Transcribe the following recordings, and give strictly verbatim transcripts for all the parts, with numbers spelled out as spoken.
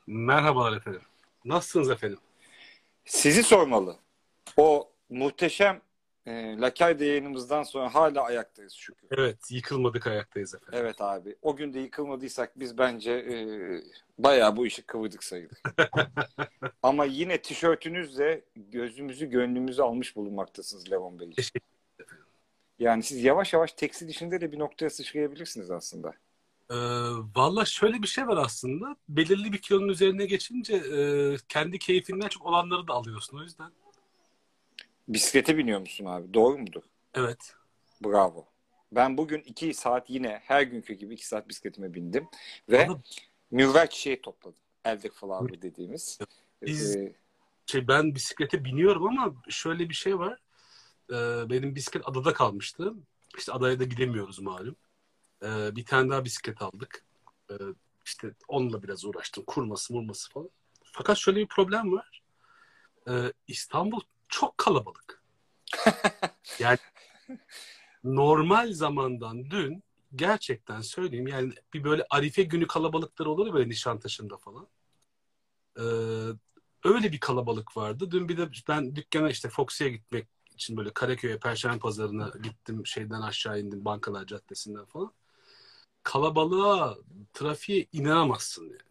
Merhabalar efendim. Nasılsınız efendim? Sizi sormalı. O muhteşem e, Laker'de yayınımızdan sonra hala ayaktayız şükür. Evet, yıkılmadık ayaktayız efendim. Evet abi. O gün de yıkılmadıysak biz bence e, bayağı bu işi kıvırdık sayılır. Ama yine tişörtünüzle gözümüzü gönlümüzü almış bulunmaktasınız Levon Beyciğim. Teşekkür ederim. Yani siz yavaş yavaş tekstil işinde de bir noktaya sıçrayabilirsiniz aslında. Ee, Valla şöyle bir şey var aslında. Belirli bir kilonun üzerine geçince e, kendi keyfinden çok olanları da alıyorsun o yüzden. Bisiklete biniyor musun abi? Doğru mudur? Evet. Bravo. Ben bugün iki saat yine her günkü gibi iki saat bisikletime bindim. Ve Valla mürver çiçeği topladım. Elde flower dediğimiz. biz Ee, şey ben bisiklete biniyorum ama şöyle bir şey var. Ee, benim bisiklet adada kalmıştı. İşte adaya da gidemiyoruz malum. Ee, bir tane daha bisiklet aldık. Ee, işte onunla biraz uğraştım. Kurması murması falan. Fakat şöyle bir problem var. Ee, İstanbul çok kalabalık. Yani normal zamandan dün gerçekten söyleyeyim yani bir böyle Arife günü kalabalıkları olur ya böyle Nişantaşı'nda falan. Ee, Öyle bir kalabalık vardı. Dün bir de ben dükkana işte Foxy'ye gitmek için böyle Karaköy'e, Perşembe Pazarı'na gittim. Şeyden aşağı indim Bankalar Caddesi'nden falan. Kalabalığa, trafiğe inanamazsın yani.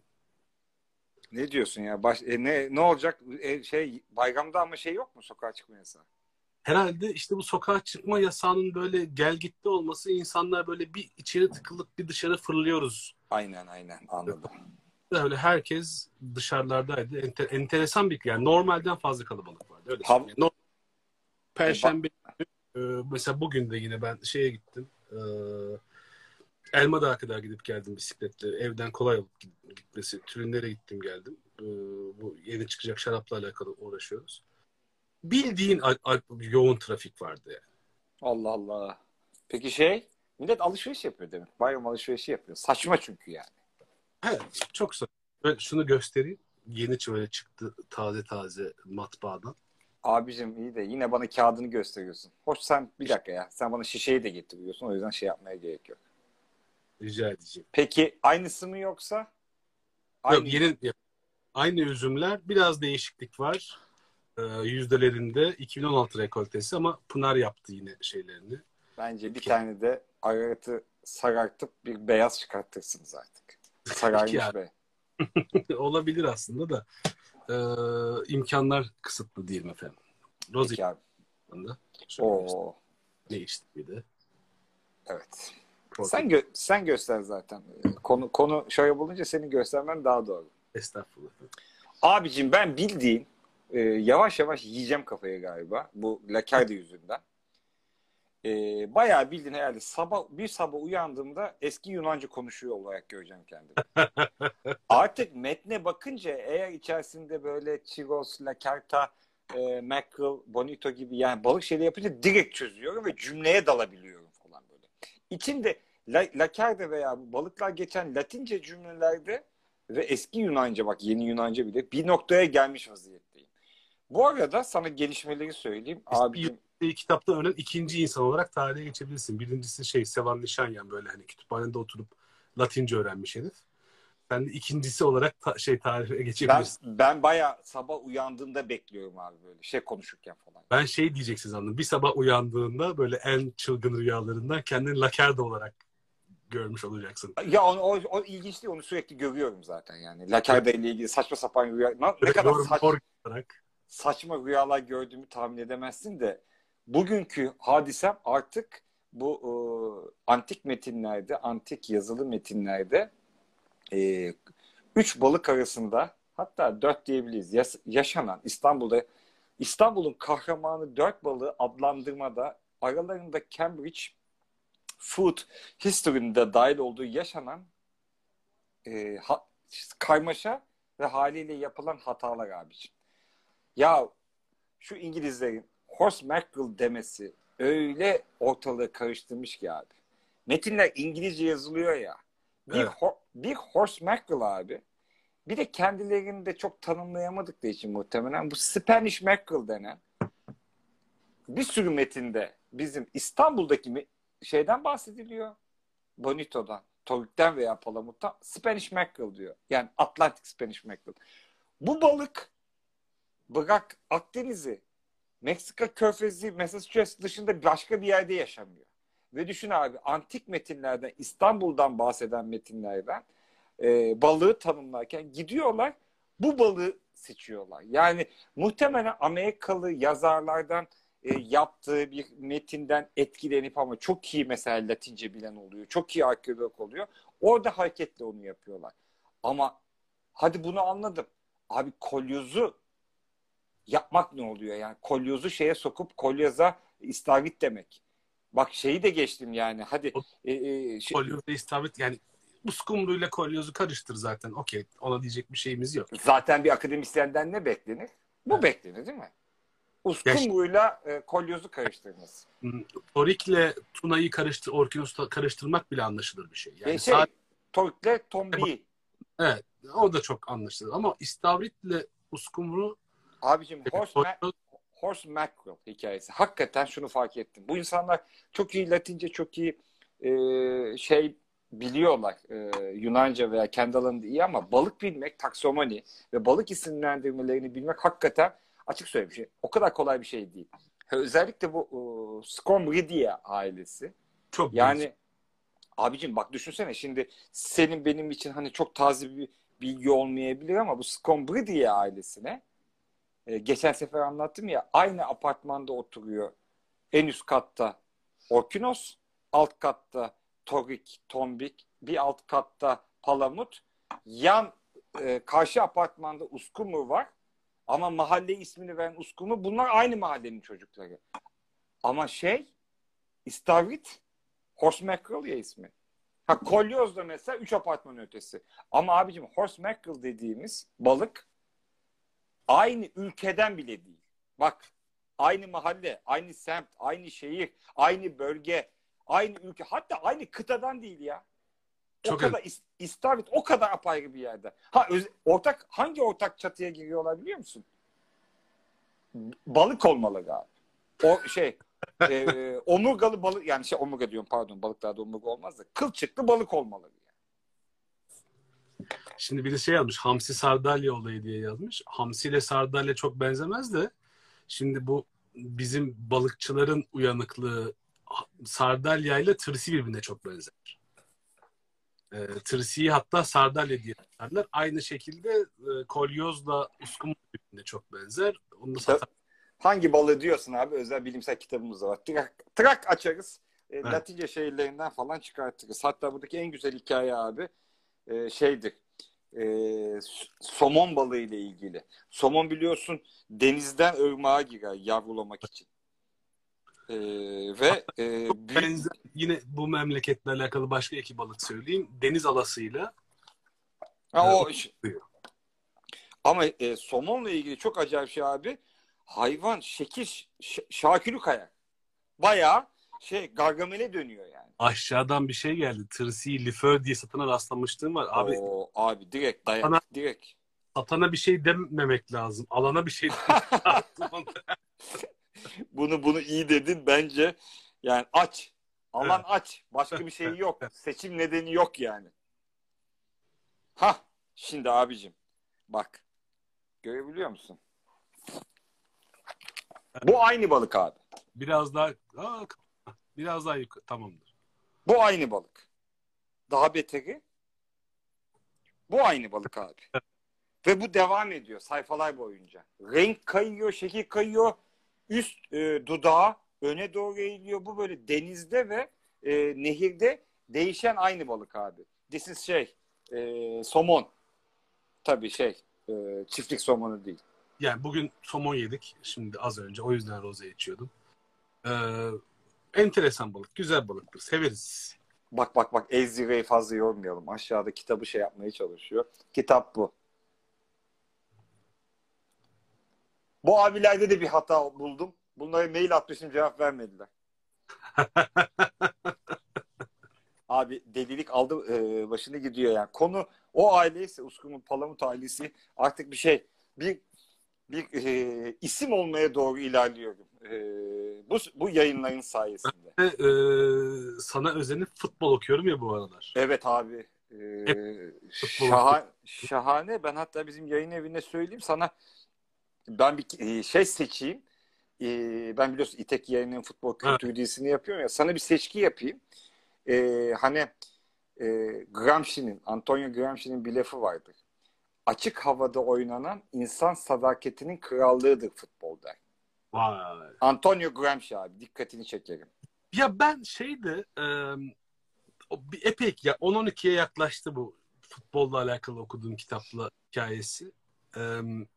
Ne diyorsun ya? Baş, e, ne ne olacak? E, şey bayramda ama şey yok mu sokağa çıkma yasağı? Herhalde işte bu sokağa çıkma yasağının böyle gelgitli olması insanlar böyle bir içeri tıkılıp bir dışarı fırlıyoruz. Aynen aynen anladım. Öyle herkes dışarılardaydı. Enter, enteresan bir yani normalden fazla kalabalık vardı. Öyle Hav, söyleyeyim. Yani e, ba- Perşembe e, mesela bugün de yine ben şeye gittim. E, Elmadağ'a kadar gidip geldim bisikletle. Evden kolay olup gitmesi. Türünlere gittim geldim. E, bu yeni çıkacak şarapla alakalı uğraşıyoruz. Bildiğin al- al- yoğun trafik vardı yani. Allah Allah. Peki şey millet alışveriş yapıyor demek. Bayram alışverişi yapıyor. Saçma çünkü yani. Evet, çok güzel. Ben şunu göstereyim. Yeni şöyle çıktı taze taze matbaadan. Abicim iyi de yine bana kağıdını gösteriyorsun. Hoş sen bir dakika ya. Sen bana şişeyi de getiriyorsun. O yüzden şey yapmaya gerek yok. Rica edeceğim. Peki aynısı mı yoksa? Aynı Yok yüz. yeni aynı üzümler biraz değişiklik var. Ee, yüzdelerinde iki bin on altı rekoltesi ama Pınar yaptı yine şeylerini. Bence bir Etki, tane de araratı sarartıp bir beyaz çıkartırsınız artık. etki Sararmış yani. be. Olabilir aslında da ee, imkanlar kısıtlı diyelim efendim. Rozi Peki abi. şöyle göstereyim. Oo, Ne içti bir de. evet. Sen Portakal. gö sen göster zaten. Konu konu şöyle bulunca senin göstermen daha doğru. Estağfurullah. Abicim ben bildiğin e, yavaş yavaş yiyeceğim kafayı galiba. Bu lakardı yüzünden. E, bayağı bildiğin herhalde sabah bir sabah uyandığımda eski Yunanca konuşuyor olarak göreceğim kendimi. Artık metne bakınca eğer içerisinde böyle churros, lakarta, e, mackerel, bonito gibi yani balık şeyleri yapınca direkt çözüyorum ve cümleye dalabiliyorum falan böyle. İçinde la, lakarda veya balıklar geçen Latince cümlelerde ve eski Yunanca bak yeni Yunanca bile bir noktaya gelmiş vaziyetteyim. Bu arada sana gelişmeleri söyleyeyim. Eski Abicim Yunanlı'yı kitapta öğrenen ikinci insan olarak tarihe geçebilirsin. Birincisi şey Sevan Nişanyan böyle hani kütüphanede oturup Latince öğrenmiş herif. Sen de ikincisi olarak ta- şey tarihe ben geçebilirsin. ben bayağı sabah uyandığımda bekliyorum abi böyle şey konuşurken falan. Ben şey diyeceksin sandım. Bir sabah uyandığında böyle en çılgın rüyalarından kendini Lakerda olarak görmüş olacaksın. Ya onu, o, o ilginç değil onu sürekli görüyorum zaten yani. Lakarda ile ilgili saçma sapan rüya. Ne, ne kadar Mor, saç, mor olarak. saçma rüyalar gördüğümü tahmin edemezsin de bugünkü hadisem artık bu e, antik metinlerde, antik yazılı metinlerde e, üç balık arasında hatta dört diyebiliriz yas- yaşanan İstanbul'da İstanbul'un kahramanı dört balığı adlandırmada aralarında Cambridge Food History'nin dahil olduğu yaşanan e, ha, karmaşa ve haliyle yapılan hatalar abiciğim. Ya şu İngilizlerin horse mackerel demesi öyle ortalığı karıştırmış ki abi. Metinler İngilizce yazılıyor ya. Bir, Evet. ho- bir horse mackerel abi. Bir de kendilerini de çok tanımlayamadıkları için muhtemelen bu Spanish mackerel denen bir sürü metinde bizim İstanbul'daki şeyden bahsediliyor. Bonito'dan. torikten veya palamuttan Spanish mackerel diyor. Yani Atlantic Spanish mackerel. Bu balık bırak Akdeniz'i, Meksika Körfezi, Massachusetts dışında başka bir yerde yaşamıyor. Ve düşün abi, antik metinlerden, İstanbul'dan bahseden metinlerden e, balığı tanımlarken gidiyorlar, bu balığı seçiyorlar. Yani muhtemelen Amerikalı yazarlardan e, yaptığı bir metinden etkilenip, ama çok iyi mesela Latince bilen oluyor, çok iyi arkeolog oluyor. Orada hareketle onu yapıyorlar. Ama hadi bunu anladım. Abi kolyozu yapmak ne oluyor yani? Kolyozu şeye sokup kolyoza istavrit demek. Bak şeyi de geçtim yani. Hadi O e, e, şey, kolyozu istavrit yani uskumruyla kolyozu karıştır zaten. Okey. Ona diyecek bir şeyimiz yok. zaten bir akademisyenden ne beklenir? Bu Evet. beklenir değil mi? Ya işte, Uskumruyla e, kolyozu karıştırması. torikle tunayı karıştır, orkinosla karıştırmak bile anlaşılır bir şey. E, Yani şey, sadece Torik'le Tombi'yi. evet, o da çok anlaşılır. Ama istavritle uskumru Abicim horse, ma kolyoz horse mackerel hikayesi. Hakikaten şunu fark ettim. Bu insanlar çok iyi Latince, çok iyi e, şey biliyorlar. E, Yunanca veya kendi alanında iyi, ama balık bilmek, taksomani ve balık isimlendirmelerini bilmek hakikaten, açık söyleyeyim, bir şey. O kadar kolay bir şey değil. Özellikle bu e, Scombroidea ailesi. çok benziyor. Yani abicim bak düşünsene, şimdi senin benim için hani çok taze bir bilgi olmayabilir, ama bu Scombroidea ailesine e, geçen sefer anlattım ya, aynı apartmanda oturuyor. En üst katta Orkinos, alt katta Torik, Tombik, bir alt katta Palamut. Yan e, karşı apartmanda Uskumru var. Ama mahalle ismini veren Uskumru, bunlar aynı mahallenin çocukları. Ama şey, İstavrit, Horse Mackerel ya ismi. Ha, Kolyoz da mesela üç apartman ötesi. Ama abicim Horse Mackerel dediğimiz balık aynı ülkeden bile değil. Bak, aynı mahalle, aynı semt, aynı şehir, aynı bölge, aynı ülke, hatta aynı kıtadan değil ya. O Çok evet. kadar istavrit o kadar apayrı bir yerde. Ha öz, ortak hangi ortak çatıya giriyorlar biliyor musun? Balık olmalı galiba. O şey e, omurgalı balık, yani şey omurga diyorum, pardon, balıklarda omurga olmaz da kılçıklı balık olmalı. Şimdi biri şey yazmış. Hamsi sardalya olayı diye yazmış. Hamsi ile sardalya çok benzemez de şimdi bu bizim balıkçıların uyanıklığı sardalya ile tırsi birbirine çok benzer. E, tırsiyi hatta sardalya diye yazarlar. Aynı şekilde e, kolyozla uskumru birbirine çok benzer. Onu da Kitap, satar. hangi balığı diyorsun abi? Özel bilimsel kitabımız da var. Trak, trak açarız. E, Evet. Latince şehirlerinden falan çıkartırız. Hatta buradaki en güzel hikaye abi e, şeydir. E, somon balığı ile ilgili. Somon biliyorsun denizden ırmağa girer yavrulamak için. E, ve e, büyük... Benzer, yine bu memleketle alakalı başka iki balık söyleyeyim. Deniz alasıyla e, Ha, o o, ama e, somonla ilgili çok acayip şey abi. Hayvan şekil ş- şakülü kayar. Bayağı şey Gargamel'e dönüyor yani. aşağıdan bir şey geldi. Tırsi, liför diye satana rastlamışlığım var. Abi O abi direkt satana, dayak. Direkt. satana bir şey dememek lazım. Alana bir şey demek lazım. Bunu bunu iyi dedin bence. Yani aç. Alan Evet. aç. Başka bir şey yok. Seçim nedeni yok yani. Ha, şimdi abicim bak. Görebiliyor musun? Bu aynı balık abi. Biraz daha aa, biraz daha yukarı. Tamamdır. Bu aynı balık. Daha beteri. Bu aynı balık abi. Ve bu devam ediyor sayfalar boyunca. Renk kayıyor, şekil kayıyor. Üst e, dudağı öne doğru eğiliyor. Bu böyle denizde ve e, nehirde değişen aynı balık abi. This is şey, e, somon. Tabii şey, e, çiftlik somonu değil. Yani bugün somon yedik. Şimdi az önce. O yüzden roze içiyordum. Ee, enteresan balık. Güzel balıktır. Severiz. Bak bak bak, Ezdira'yı fazla yormayalım. Aşağıda kitabı şey yapmaya çalışıyor. Kitap bu. Bu abilerde de bir hata buldum. Bunlara mail atmışım, cevap vermediler. Abi delilik aldı e, başını gidiyor yani. Konu o aileyse, Uskumru Palamut ailesi artık bir şey, bir bir e, isim olmaya doğru ilerliyorum. E, bu bu yayınların sayesinde. e, sana özenip futbol okuyorum ya bu aralar. Evet abi. Hep Ee, futbol okuyorum. şaha, şahane. Ben hatta bizim yayın evine söyleyeyim sana, ben bir e, şey seçeyim. Ee, ben biliyorsun İtek Yayın'ın futbol Ha, kültürü dizisini yapıyorum ya. Sana bir seçki yapayım. Ee, hani e, Gramsci'nin, Antonio Gramsci'nin bir lafı vardır. Açık havada oynanan insan sadakatinin krallığıdır futbol der. vay. Antonio Gramsci abi, dikkatini çekerim. Ya ben şeyde e, o bir epey ya on on ikiye yaklaştı bu futbolla alakalı okuduğum kitapla hikayesi. E,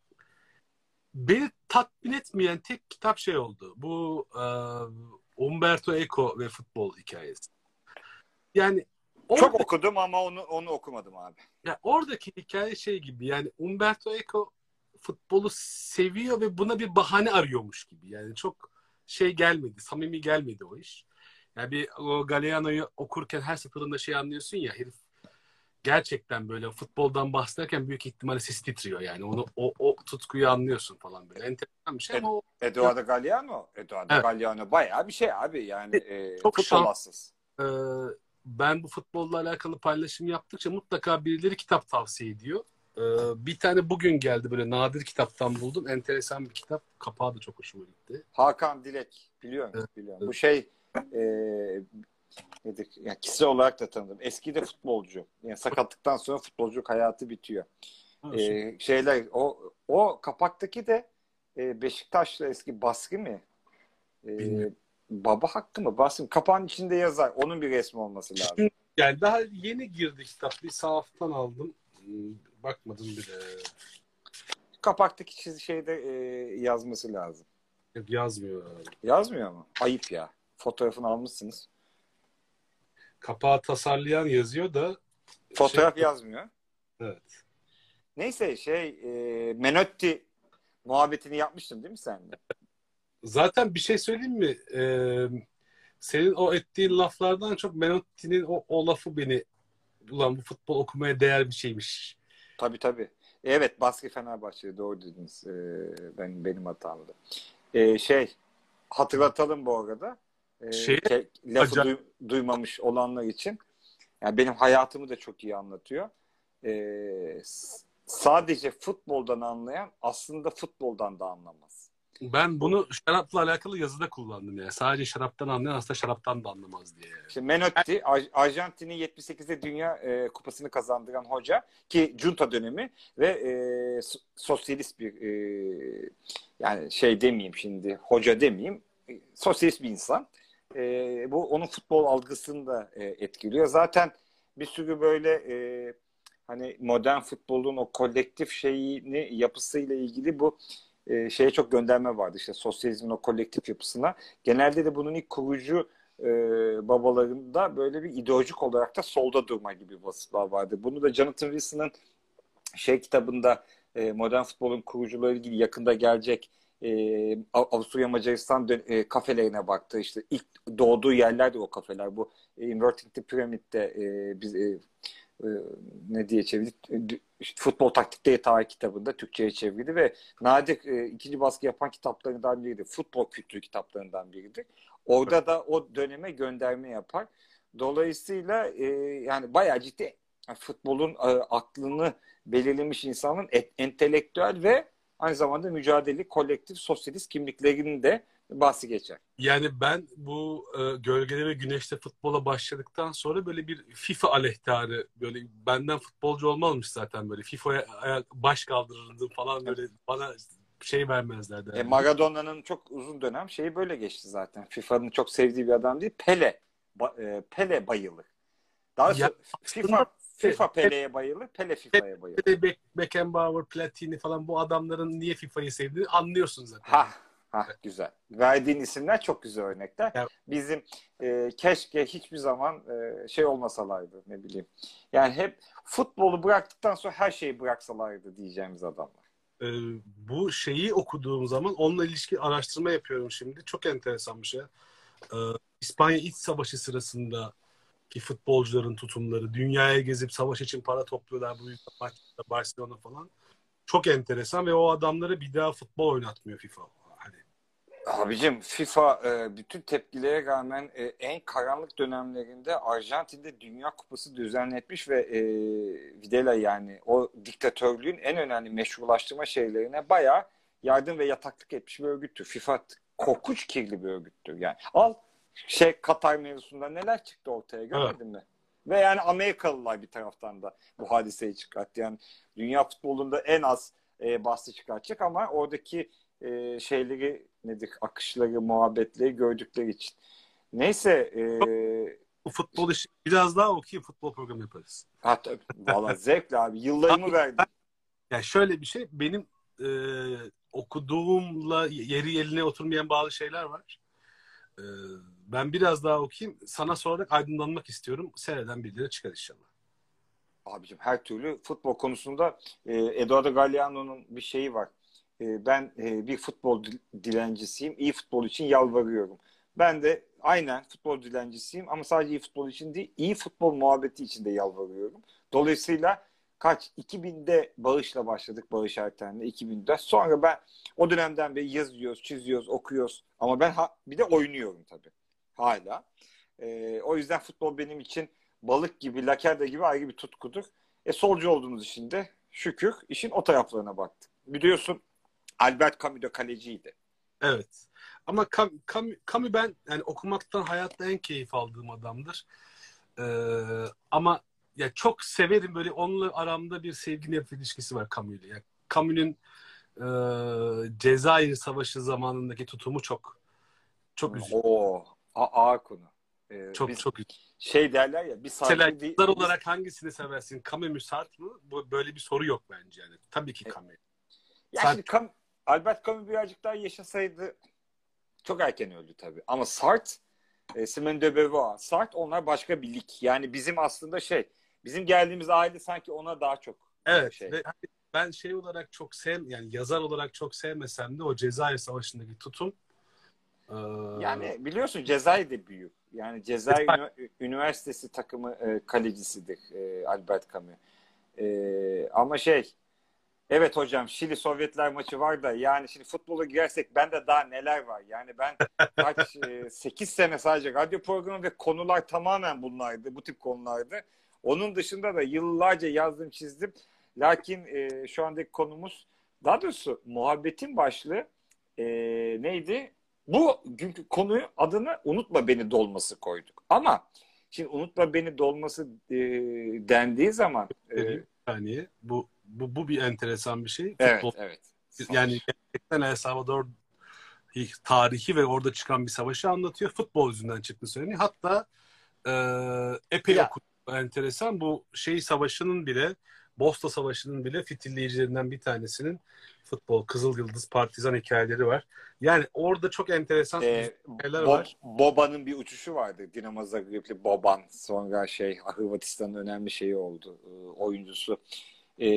beni tatmin etmeyen tek kitap şey oldu. Bu e, Umberto Eco ve futbol hikayesi. Yani Çok orada okudum ama onu onu okumadım abi. ya oradaki hikaye şey gibi, yani Umberto Eco futbolu seviyor ve buna bir bahane arıyormuş gibi. Yani çok şey gelmedi, samimi gelmedi o iş. Yani bir o Galeano'yu okurken her seferinde şey anlıyorsun ya, herif gerçekten böyle futboldan bahsederken büyük ihtimalle sesi titriyor yani. Onu o, o tutkuyu anlıyorsun falan böyle. Enteresan bir şey Ed ama o ya, Eduardo Galeano, Eduardo evet, Galeano bayağı bir şey abi yani, e, çok futbol şans. hastası. Ee, ben bu futbolla alakalı paylaşım yaptıkça mutlaka birileri kitap tavsiye ediyor. Ee, bir tane bugün geldi, böyle nadir kitaptan buldum. Enteresan bir kitap. Kapağı da çok hoşuma gitti. Hakan Dilek, biliyorum Evet, biliyorum. Bu evet. şey e, nedir? Yani kişisel olarak da tanıdım. Eski de futbolcu. Yani sakatlıktan sonra futbolculuk hayatı bitiyor. Ha, süper. E, şeyler o o kapaktaki de e, Beşiktaşlı eski Basri mi? E, Bilmiyorum. Baba Hakkı mı? Basri mi? Kapağın içinde yazar. Onun bir resmi olması lazım. Şimdi, yani daha yeni girdi kitap. Bir sahaftan aldım. Hmm, bakmadım bile. Kapaktaki çiz şeyde e, yazması lazım. Yok, yazmıyor abi. Yazmıyor mu? Ayıp ya. Fotoğrafını almışsınız. Kapağı tasarlayan yazıyor da şey, Fotoğraf yazmıyor. evet. Neyse şey e, Menotti muhabbetini yapmıştın değil mi sen de? Zaten bir şey söyleyeyim mi? Ee, senin o ettiğin laflardan çok Menotti'nin o, o lafı beni, ulan bu futbol okumaya değer bir şeymiş. Tabii tabii. Evet, Baskı Fenerbahçe'de doğru dediniz. E, ben benim hatamdı. E, şey hatırlatalım bu arada. E, Şey ke- lafı acayip, duy- duymamış olanlar için. Yani benim hayatımı da çok iyi anlatıyor. E, s- sadece futboldan anlayan aslında futboldan da anlamaz. ben Bu bunu şarapla alakalı yazıda kullandım yani. Sadece şaraptan anlayan aslında şaraptan da anlamaz diye. işte Menotti, Ar- Arjantin'in yetmiş sekizde Dünya e, Kupası'nı kazandıran hoca ki Junta dönemi ve e, so- sosyalist bir e, yani şey demeyeyim şimdi, hoca demeyeyim, e, sosyalist bir insan. E, bu onun futbol algısını da e, etkiliyor. Zaten bir sürü böyle e, hani modern futbolun o kolektif şeyini, yapısıyla ilgili bu e, şeye çok gönderme vardı. İşte sosyalizmin o kolektif yapısına. Genelde de bunun ilk kurucu e, babalarında böyle bir ideolojik olarak da solda durma gibi vasıflar vardı. Bunu da Jonathan Wilson'ın şey kitabında e, modern futbolun kurucuları ilgili yakında gelecek e, Avusturya Macaristan dön- e, kafelerine baktı. İşte ilk doğduğu yerlerdi o kafeler. Bu e, Inverting the Pyramid'de e, biz e, e, ne diye çevirdik? İşte Futbol Taktikleri Tarih kitabında Türkçe'ye çevirdi ve nadir e, ikinci baskı yapan kitaplarından biridir. Futbol kültürü kitaplarından biridir. Orada da o döneme gönderme yapar. Dolayısıyla e, yani bayağı ciddi futbolun e, aklını belirlemiş insanın et, entelektüel ve aynı zamanda mücadele, kolektif, sosyalist kimliklerinin de bahsi geçer. Yani ben bu e, gölgede ve güneşte futbola başladıktan sonra böyle bir FIFA aleyhtarı, böyle benden futbolcu olmazmış zaten, böyle FIFA'ya ayak- baş kaldırırdım falan, böyle bana şey vermezlerdi E, yani. Maradona'nın çok uzun dönem şeyi böyle geçti zaten. FIFA'nın çok sevdiği bir adam değil. Pele. Ba- e, Pele bayılır. Daha Ya doğrusu aslında FIFA FIFA Pele'ye bayılır. Pele FIFA'ya bayılır. Be Beckenbauer, Platini falan, bu adamların niye FIFA'yı sevdiğini anlıyorsun zaten Ha yani. ha güzel. Verdiğin isimler çok güzel örnekler. Yani Bizim e, keşke hiçbir zaman e, şey olmasalardı, ne bileyim. Yani hep futbolu bıraktıktan sonra her şeyi bıraksalardı diyeceğimiz adamlar. e, bu şeyi okuduğum zaman onunla ilişki araştırma yapıyorum şimdi. Çok enteresan bir şey. E, İspanya İç Savaşı sırasında ki futbolcuların tutumları, dünyaya gezip savaş için para topluyorlar, bu yüzden Barcelona falan. Çok enteresan ve o adamları bir daha futbol oynatmıyor FIFA. Hani Abicim FIFA e, bütün tepkilere rağmen e, en karanlık dönemlerinde Arjantin'de Dünya Kupası düzenletmiş ve e, Videla yani o diktatörlüğün en önemli meşrulaştırma şeylerine bayağı yardım ve yataklık etmiş bir örgüttür. FIFA korkunç kirli bir örgüttür. Yani al şey Katar mevzusunda neler çıktı ortaya Evet. görmedin mi? Ve yani Amerikalılar bir taraftan da bu hadiseyi çıkarttı. Yani dünya futbolunda en az e, bahsi çıkartacak ama oradaki e, şeyleri nedir akışları, muhabbetleri gördükleri için. Neyse e, Bu futbol işi biraz daha okuyayım, futbol programı yaparız. hatta valla zevkle abi yıllarımı Abi, verdim. yani şöyle bir şey, benim e, okuduğumla yeri eline oturmayan bazı şeyler var. E, Ben biraz daha okuyayım. Sana sorarak aydınlanmak istiyorum. Seneden birileri çıkar inşallah. Abicim her türlü futbol konusunda e, Eduardo Galeano'nun bir şeyi var. E, ben e, bir futbol dilencisiyim. İyi futbol için yalvarıyorum. Ben de aynen futbol dilencisiyim ama sadece iyi futbol için değil, iyi futbol muhabbeti için de yalvarıyorum. Dolayısıyla kaç? iki binde bağışla başladık Bağış Erten'le iki binde. Sonra ben o dönemden beri yazıyoruz, çiziyoruz, okuyoruz. Ama ben ha, bir de oynuyorum tabii. Hala. E, o yüzden futbol benim için balık gibi, lakerde gibi ayrı bir tutkudur. E solcu olduğumuz için de şükür işin o taraflarına baktık. Biliyorsun Albert Camus da kaleciydi. Evet. Ama Cam, Cam, Camus ben yani okumaktan hayatta en keyif aldığım adamdır. Ee, ama ya çok severim, böyle onunla aramda bir sevgi nefret ilişkisi var Camus'la. Yani Camus'un e, Cezayir Savaşı zamanındaki tutumu çok çok üzücü. O ağır konu. Ee, Çok biz çok üzücü. şey derler ya bir Mesela savcı değil. yazar Biz, olarak hangisini seversin? Camus mü, Sartre mı? Bu böyle bir soru yok bence yani. Tabii ki e, Camus. ya şimdi Sartre. Cam, Albert Camus birazcık daha yaşasaydı çok erken öldü tabii. Ama Sartre, e, Simone de Beauvoir, Sartre onlar başka bir lig. Yani bizim aslında şey, bizim geldiğimiz aile sanki ona daha çok e, Evet şey. ve hani ben şey olarak çok sev yani yazar olarak çok sevmesem de o Cezayir Savaşı'ndaki tutum e, Yani biliyorsun Cezayir de büyük. Yani Cezayir Ünü- Üniversitesi takımı e, kalecisidir e, Albert Camus. E, ama şey evet hocam Şili Sovyetler maçı var da yani şimdi futbola girersek bende daha neler var. Yani ben kaç e, sekiz sene sadece radyo programı ve konular tamamen bunlardı. Bu tip konulardı. Onun dışında da yıllarca yazdım çizdim. Lakin e, şu andaki konumuz daha doğrusu muhabbetin başlığı e, neydi? Bu günkü konuyu adını Unutma Beni Dolması koyduk. Ama şimdi Unutma Beni Dolması e, dendiği zaman e, vereyim bir saniye. Bu, bu, bu bir enteresan bir şey. evet Futbol evet yani savaş. gerçekten El Salvador tarihi ve orada çıkan bir savaşı anlatıyor. Futbol yüzünden çıktı söyleniyor. Hatta e, epey Ya okudum. Enteresan, bu şey savaşının bile, Bosna Savaşı'nın bile fitilleyicilerinden bir tanesinin futbol, Kızıl Yıldız, Partizan hikayeleri var. Yani orada çok enteresan güzel e, hikayeler Bob, var. Boba'nın bir uçuşu vardı. Dinamo Zagreb'li Boban. Sonra şey Hırvatistan'ın önemli şeyi oldu. E, oyuncusu. E,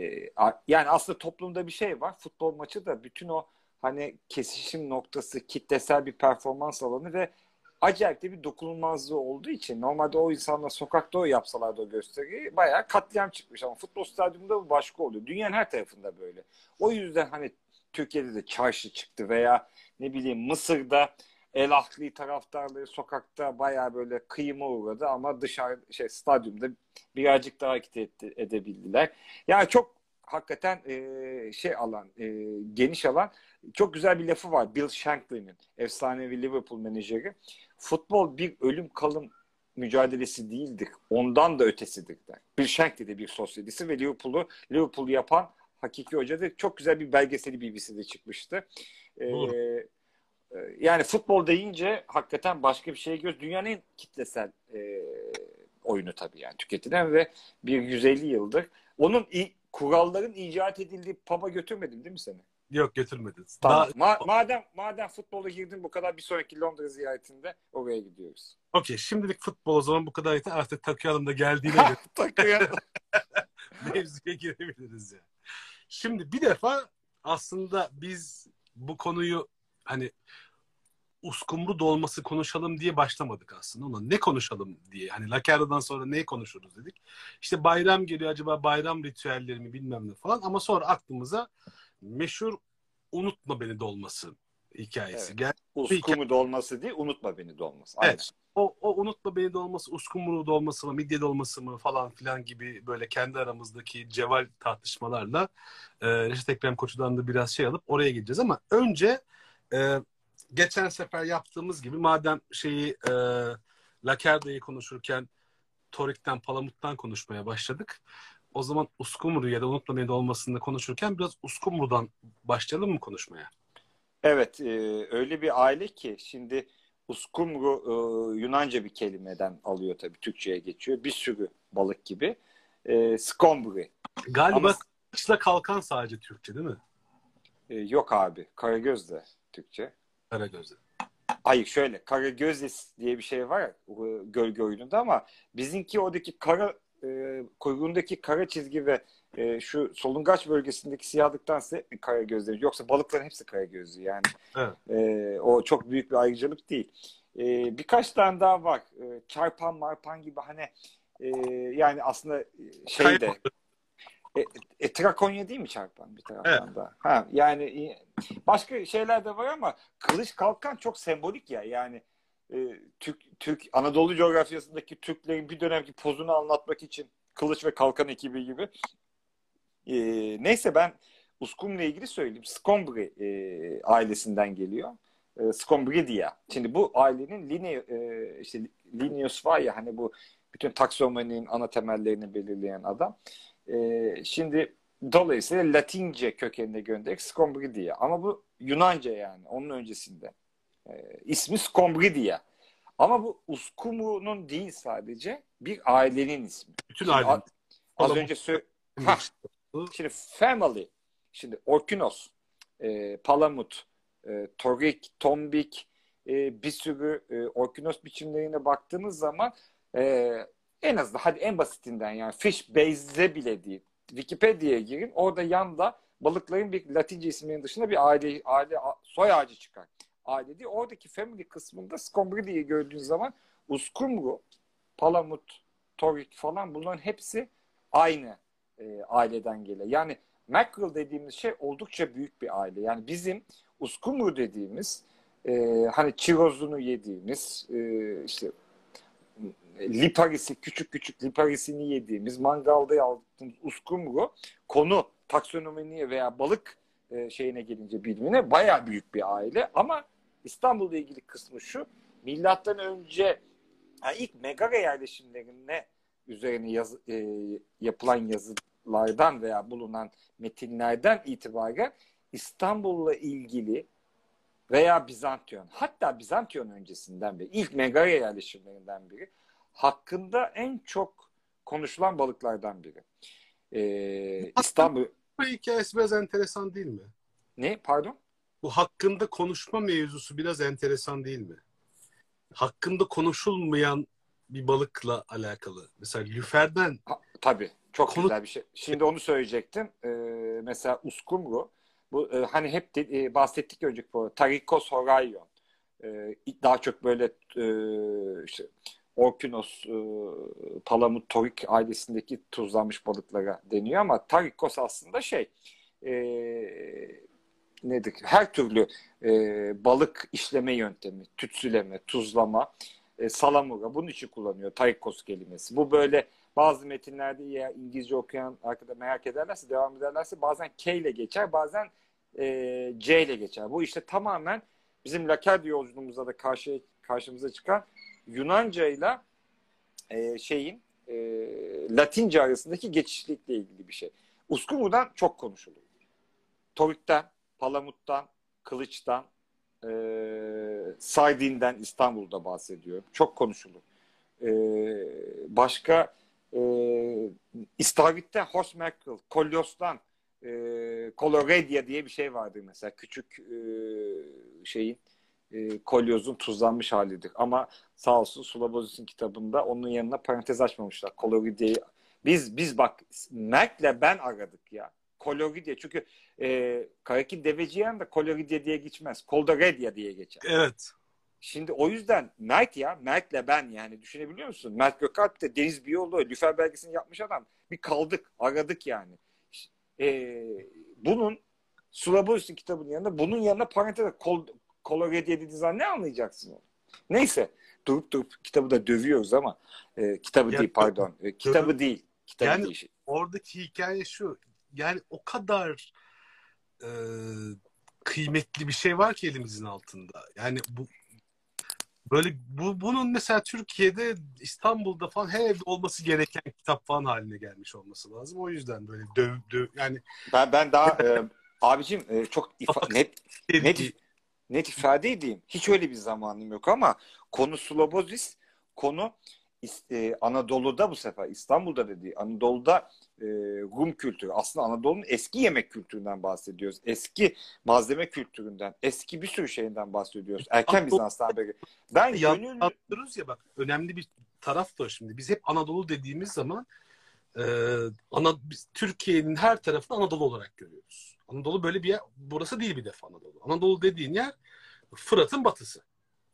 a- yani aslında toplumda bir şey var. Futbol maçı da bütün o hani kesişim noktası, kitlesel bir performans alanı ve acayip de bir dokunulmazlığı olduğu için normalde o insanlar sokakta o yapsalardı o gösteriyi bayağı katliam çıkmış ama futbol stadyumunda bu başka oluyor. Dünyanın her tarafında böyle. O yüzden hani Türkiye'de de çarşı çıktı veya ne bileyim Mısır'da El Ahly taraftarları sokakta bayağı böyle kıyıma uğradı ama dışarı şey stadyumda birazcık daha hareket etti, edebildiler. Yani çok hakikaten e, şey alan, e, geniş alan. Çok güzel bir lafı var Bill Shankly'nin, efsanevi Liverpool menajeri. Futbol bir ölüm kalım mücadelesi değildir. Ondan da ötesidir der. Bill Shankly de bir sosyalist ve Liverpool'u Liverpool yapan hakiki hoca da çok güzel bir belgeseli B B C'de çıkmıştı. Doğru. Ee, yani futbol deyince hakikaten başka bir şey görüyoruz. Dünyanın en kitlesel e, oyunu tabii yani tüketilen ve bir yüz elli yıldır. Onun i- kuralların icat edildiği pub'a götürmedim değil mi seni? Yok, götürmedin. Tamam. Daha Ma- madem madem futbola girdin bu kadar bir sonraki Londra ziyaretinde oraya gidiyoruz. okey. Şimdilik futbol o zaman bu kadar yeter. Artık takıyalım da geldiğine göre Takıyor. mevzuya girebiliriz ya. Şimdi bir defa aslında biz bu konuyu hani uskumru dolması konuşalım diye başlamadık aslında. Ona ne konuşalım diye. Hani Laker'dan sonra neyi konuşuruz dedik. İşte bayram geliyor, acaba bayram ritüelleri mi bilmem ne falan. Ama sonra aklımıza meşhur Unutma Beni dolması hikayesi. Evet. Gel bir hikaye. Uskumu dolması değil, unutma beni dolması. Aynen. Evet. O, o unutma beni dolması, uskumru dolması mı, midye dolması mı falan filan gibi böyle kendi aramızdaki cevval tartışmalarla e, Reşat Ekrem Koçu'dan da biraz şey alıp oraya gideceğiz ama önce e, geçen sefer yaptığımız gibi madem şeyi e, Lakerda'yı konuşurken Torik'ten, Palamut'tan konuşmaya başladık. O zaman uskumru ya da unutma beni dolmasını konuşurken biraz uskumrudan başlayalım mı konuşmaya? Evet, e, öyle bir aile ki şimdi uskumru e, Yunanca bir kelimeden alıyor tabii Türkçe'ye geçiyor. Bir sürü balık gibi. E, skombri. Ama Galiba kılıçla kalkan sadece Türkçe değil mi? e, yok abi. Karagöz de Türkçe. Karagöz'de. Hayır şöyle Karagözes diye bir şey var ya, e, gölge oyununda ama bizimki oradaki kara e, kuyruğundaki kara çizgi ve e, şu solungaç bölgesindeki siyahlıktan ise kara gözleri. Yoksa balıkların hepsi kara gözlü yani. Evet. E, o çok büyük bir ayrıcalık değil. E, birkaç tane daha var. E, çarpan marpan gibi hani e, yani aslında şey de e, e, Trakonya değil mi çarpan bir Evet. taraftan da? Ha, yani e, başka şeyler de var ama kılıç kalkan çok sembolik ya. Yani e, Türk, Türk Anadolu coğrafyasındaki Türklerin bir dönemki pozunu anlatmak için kılıç ve kalkan ekibi gibi. E, neyse ben Uskumru'yla ilgili söyleyeyim. Scombri e, ailesinden geliyor. E, Scombridia. Şimdi bu ailenin line, e, işte Linnaeus var ya hani bu bütün taksonominin ana temellerini belirleyen adam. E, şimdi dolayısıyla Latince kökenine göndererek Scombridia. Ama bu Yunanca yani onun öncesinde. E, ismi Scombridia. Ama bu Uskumru'nun değil sadece bir ailenin ismi. Bütün Şimdi ailenin. a- az Palamut önce sö- ha geçti. şimdi family. Şimdi Orkinos, e, Palamut, e, Torik, Tombik e, bir sürü e, Orkinos biçimlerine baktığımız zaman e, en azından hadi en basitinden yani fish base'de bile değil. Wikipedia'ya girin. Orada yanda balıkların bir Latince isminin dışında bir aile aile soy ağacı çıkar. Aile değil. Oradaki family kısmında Scombridia'yı gördüğün zaman Uskumru, Palamut, Torik falan bunların hepsi aynı e, aileden geliyor. Yani mackerel dediğimiz şey oldukça büyük bir aile. Yani bizim uskumru dediğimiz e, hani çirozunu yediğimiz e, işte liparisi küçük küçük liparisini yediğimiz mangalda aldığımız uskumru konu taksonomiye veya balık e, şeyine gelince bilimine bayağı büyük bir aile ama İstanbul'la ilgili kısmı şu milattan önce yani ilk Megara yerleşimlerine üzerine yazı, e, yapılan yazılardan veya bulunan metinlerden itibaren İstanbul'la ilgili veya Bizantiyon hatta Bizantiyon öncesinden beri ilk Megara yerleşimlerinden biri hakkında en çok konuşulan balıklardan biri. Ee, İstanbul Bu hikayesi biraz enteresan değil mi? ne? Pardon? Bu hakkında konuşma mevzusu biraz enteresan değil mi? Hakkında konuşulmayan bir balıkla alakalı. Mesela lüferden Ha, tabii. Çok konu... güzel bir şey. Şimdi onu söyleyecektim. Ee, mesela uskumru bu e, hani hep de, e, bahsettik önceki bu Tarikos horaion. Ee, daha çok böyle e, işte Orkinos, e, Palamut, Torik ailesindeki tuzlanmış balıklara deniyor ama Tarikos aslında şey e, nedir? Her türlü e, balık işleme yöntemi, tütsüleme, tuzlama, e, salamura bunun için kullanıyor Tarikos kelimesi. Bu böyle bazı metinlerde ya İngilizce okuyan arkada merak ederlerse, devam ederlerse bazen K ile geçer, bazen e, C ile geçer. Bu işte tamamen bizim Lakerdi yolculuğumuzda da karşı, karşımıza çıkan Yunanca ile e, şeyin e, Latince arasındaki geçişlikle ilgili bir şey. Uskumru'dan çok konuşuluyor. Torik'ten, Palamut'tan, Kılıç'tan, e, Sardin'den İstanbul'da bahsediyorum. Çok konuşulur. E, başka e, İstavrit'ten Horse Mackerel, Kolyos'tan e, Coloredia diye bir şey vardır mesela. Küçük e, şeyin e, kolyozun tuzlanmış halidir. Ama sağ olsun Sulabozis'in kitabında onun yanına parantez açmamışlar. Coloridia'yı biz biz bak Merk'le ben aradık ya. Coloridia çünkü e, Karaki Deveciyen de Coloridia diye geçmez. Coldoredia diye geçer. Evet. Şimdi o yüzden Mert ya, Mert'le ben yani düşünebiliyor musun? Mert Gökalp de Deniz Biyoğlu, Lüfer belgesini yapmış adam. Bir kaldık, aradık yani. Ee, bunun Sulabozis'in kitabının yanında bunun yanına parantez Kol, Color Red dediğin zaman ne anlayacaksın onu? Neyse. Durup durup kitabı da dövüyoruz ama e, kitabı Ya, değil pardon. E, kitabı dö- değil. Kitabı yani değil. oradaki hikaye şu. Yani o kadar e, kıymetli bir şey var ki elimizin altında. Yani bu böyle bu bunun mesela Türkiye'de, İstanbul'da falan her evde olması gereken kitap falan haline gelmiş olması lazım. O yüzden böyle döv, döv yani Ben ben daha e, abicim e, çok ifa- net net bir net ifade edeyim. Hiç öyle bir zamanım yok ama konu Slobozis, konu İs- e, Anadolu'da bu sefer İstanbul'da dediği Anadolu'da e, Rum kültürü. Aslında Anadolu'nun eski yemek kültüründen bahsediyoruz. Eski malzeme kültüründen, eski bir sürü şeyinden bahsediyoruz. Erken Bizans'tan beri. Ben gönüllü yanlış ya, bak önemli bir taraf da o şimdi. Biz hep Anadolu dediğimiz zaman e, ana, biz Türkiye'nin her tarafını Anadolu olarak görüyoruz. Anadolu böyle bir yer, burası değil bir defa Anadolu. Anadolu dediğin yer Fırat'ın batısı.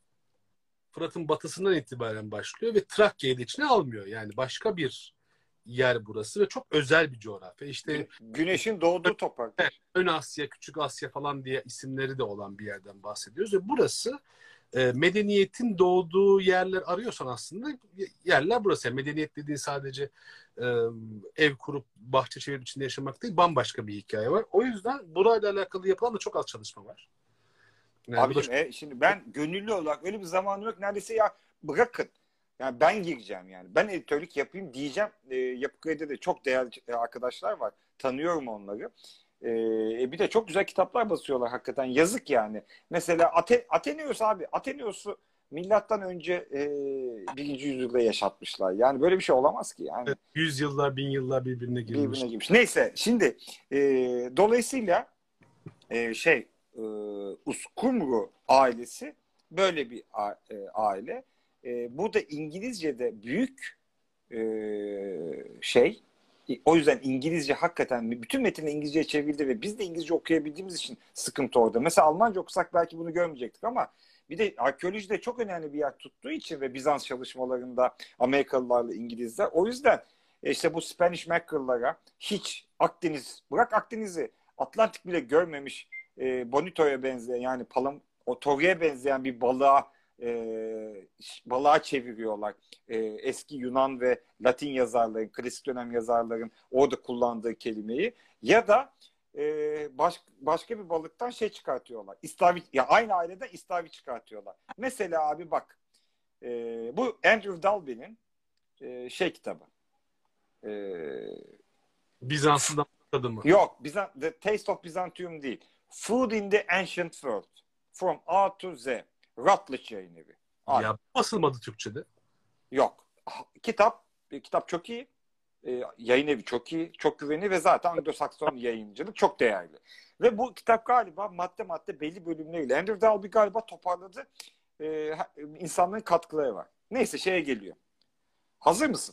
Fırat'ın batısından itibaren başlıyor ve Trakya'yı da içine almıyor. Yani başka bir yer burası ve çok özel bir coğrafya. İşte Gün- güneşin doğduğu evet, topraklar. Ön Asya, Küçük Asya falan diye isimleri de olan bir yerden bahsediyoruz ve burası e, medeniyetin doğduğu yerler arıyorsan aslında yerler burası. Yani medeniyet dediğin sadece e, ev kurup bahçe çevirip içinde yaşamak değil, bambaşka bir hikaye var. O yüzden burayla alakalı yapılan da çok az çalışma var. Yani bu da Abicim çok... e, şimdi ben gönüllü olarak öyle bir zamanım yok. Neredeyse ya bırakın. Yani ben gireceğim yani. Ben editörlük yapayım diyeceğim. E, Yapı Kredi'de de çok değerli e, arkadaşlar var. Tanıyorum onları. E, e, bir de çok güzel kitaplar basıyorlar hakikaten. Yazık yani. Mesela Ate, Ateneos abi. Ateneos'u milattan önce e, birinci yüzyılda yaşatmışlar. Yani böyle bir şey olamaz ki yani. yüz yıllar, bin yıllar birbirine girmiş. Birbirine girmiş. Neyse şimdi e, dolayısıyla e, şey e, Uskumru ailesi böyle bir a- e, aile. E, bu da İngilizce'de büyük e, şey. O yüzden İngilizce hakikaten bütün metinler İngilizceye çevrildi ve biz de İngilizce okuyabildiğimiz için sıkıntı orada. Mesela Almanca okusak belki bunu görmeyecektik ama bir de arkeolojide çok önemli bir yer tuttuğu için ve Bizans çalışmalarında Amerikalılarla İngilizler. O yüzden e, işte bu Spanish Mackerel'lara hiç Akdeniz, bırak Akdeniz'i, Atlantik bile görmemiş e, bonitoya benzeyen yani palam, o torya'ya benzeyen bir balığa e, balığa çeviriyorlar. E, eski Yunan ve Latin yazarların, klasik dönem yazarların orada kullandığı kelimeyi ya da e, baş, başka bir balıktan şey çıkartıyorlar. İstavrit, ya aynı aileden istavrit çıkartıyorlar. Mesela abi bak e, bu Andrew Dalby'nin e, şey kitabı. E, Bizans'ın adımı. Yok, Bizan The Taste of Byzantium değil. Food in the Ancient World. From A to Z. Routledge Yayınevi. Abi. Ya basılmadı Türkçe'de. Yok. Kitap kitap çok iyi. E, yayın evi çok iyi. Çok güvenilir ve zaten Anglo-Sakson yayıncılık çok değerli. Ve bu kitap galiba madde madde belli bölümleriyle. Andrew Dalby galiba toparladı. E, insanların katkıları var. Neyse şeye geliyor. Hazır mısın?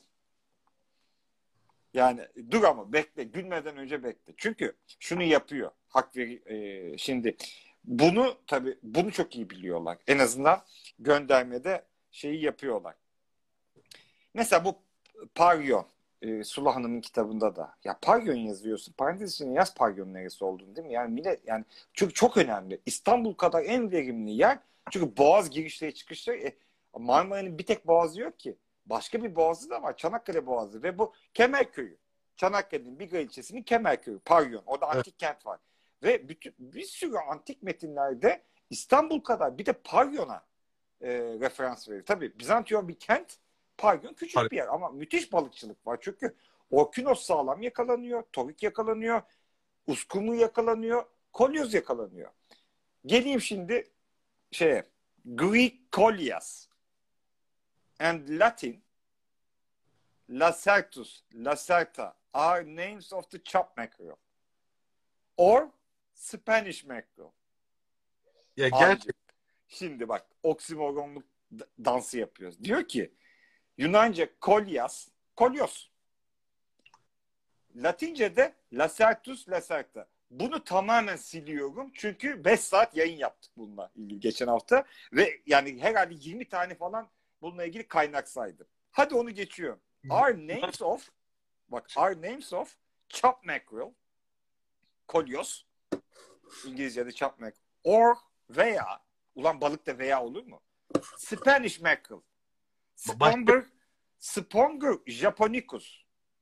Yani dur ama bekle. Gülmeden önce bekle. Çünkü şunu yapıyor. Hak ver, e, şimdi bunu tabii bunu çok iyi biliyorlar. En azından göndermede şeyi yapıyorlar. Mesela bu Pagyon e, Sula Hanım'ın kitabında da ya Pagyon yazıyorsun. Parantez içinde yaz Pagyon'un neresi olduğunu değil mi? Yani millet yani çünkü çok önemli. İstanbul kadar en verimli yer. Çünkü boğaz girişleri çıkışları e, Marmara'nın bir tek boğazı yok ki. Başka bir boğazı da var. Çanakkale Boğazı ve bu Kemerköy'ü. Çanakkale'nin Biga ilçesinin Kemerköy'ü. Pagyon. Orada Evet. antik kent var. Ve bütün, bir sürü antik metinlerde İstanbul kadar bir de Pagyon'a e, referans verir. Tabii Bizantiyon bir kent, Pagyon küçük bir yer ama müthiş balıkçılık var. Çünkü Orkinos sağlam yakalanıyor, Torik yakalanıyor, Uskumru yakalanıyor, Kolyoz yakalanıyor. Geleyim şimdi şeye. Greek Kolias and Latin Lacertus, Lacerta are names of the chop mackerel or Spanish mackerel. Ya Abicim, gerçekten şimdi bak oksimoronluk dansı yapıyoruz. Diyor ki Yunanca Kolias, Kolyos. Latince'de Lacertus Lacerta. Bunu tamamen siliyorum çünkü beş saat yayın yaptık bununla ilgili geçen hafta ve yani herhalde yirmi tane falan bununla ilgili kaynak saydım. Hadi onu geçiyorum. Our names of bak our names of chop mackerel, kolyos, İngilizce'de chop mackerel, or veya Ulan balıkta veya olur mu? Spanish mackerel. Başka... Scomber, Sponger japonicus.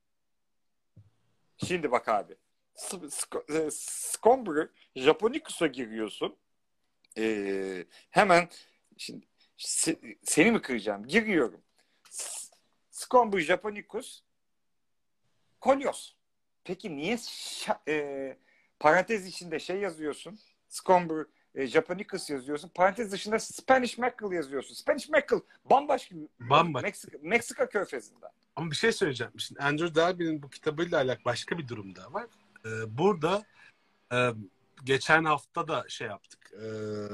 Şimdi bak abi. Scomber japonicus'a giriyorsun. Ee, hemen şimdi se, seni mi kıracağım? Giriyorum. Scomber japonicus kolyos. Peki niye şa, e, parantez içinde şey yazıyorsun? Scomber e, japonicus yazıyorsun. Parantez dışında Spanish mackerel yazıyorsun. Spanish mackerel bambaşka bir balık. Bambaşka. Meksika, Meksika körfezinden. Ama bir şey söyleyeceğim. Şimdi Andrew Dalby'nin bu kitabıyla alakalı başka bir durum da var. Ee, burada e, geçen hafta da şey yaptık. Ee,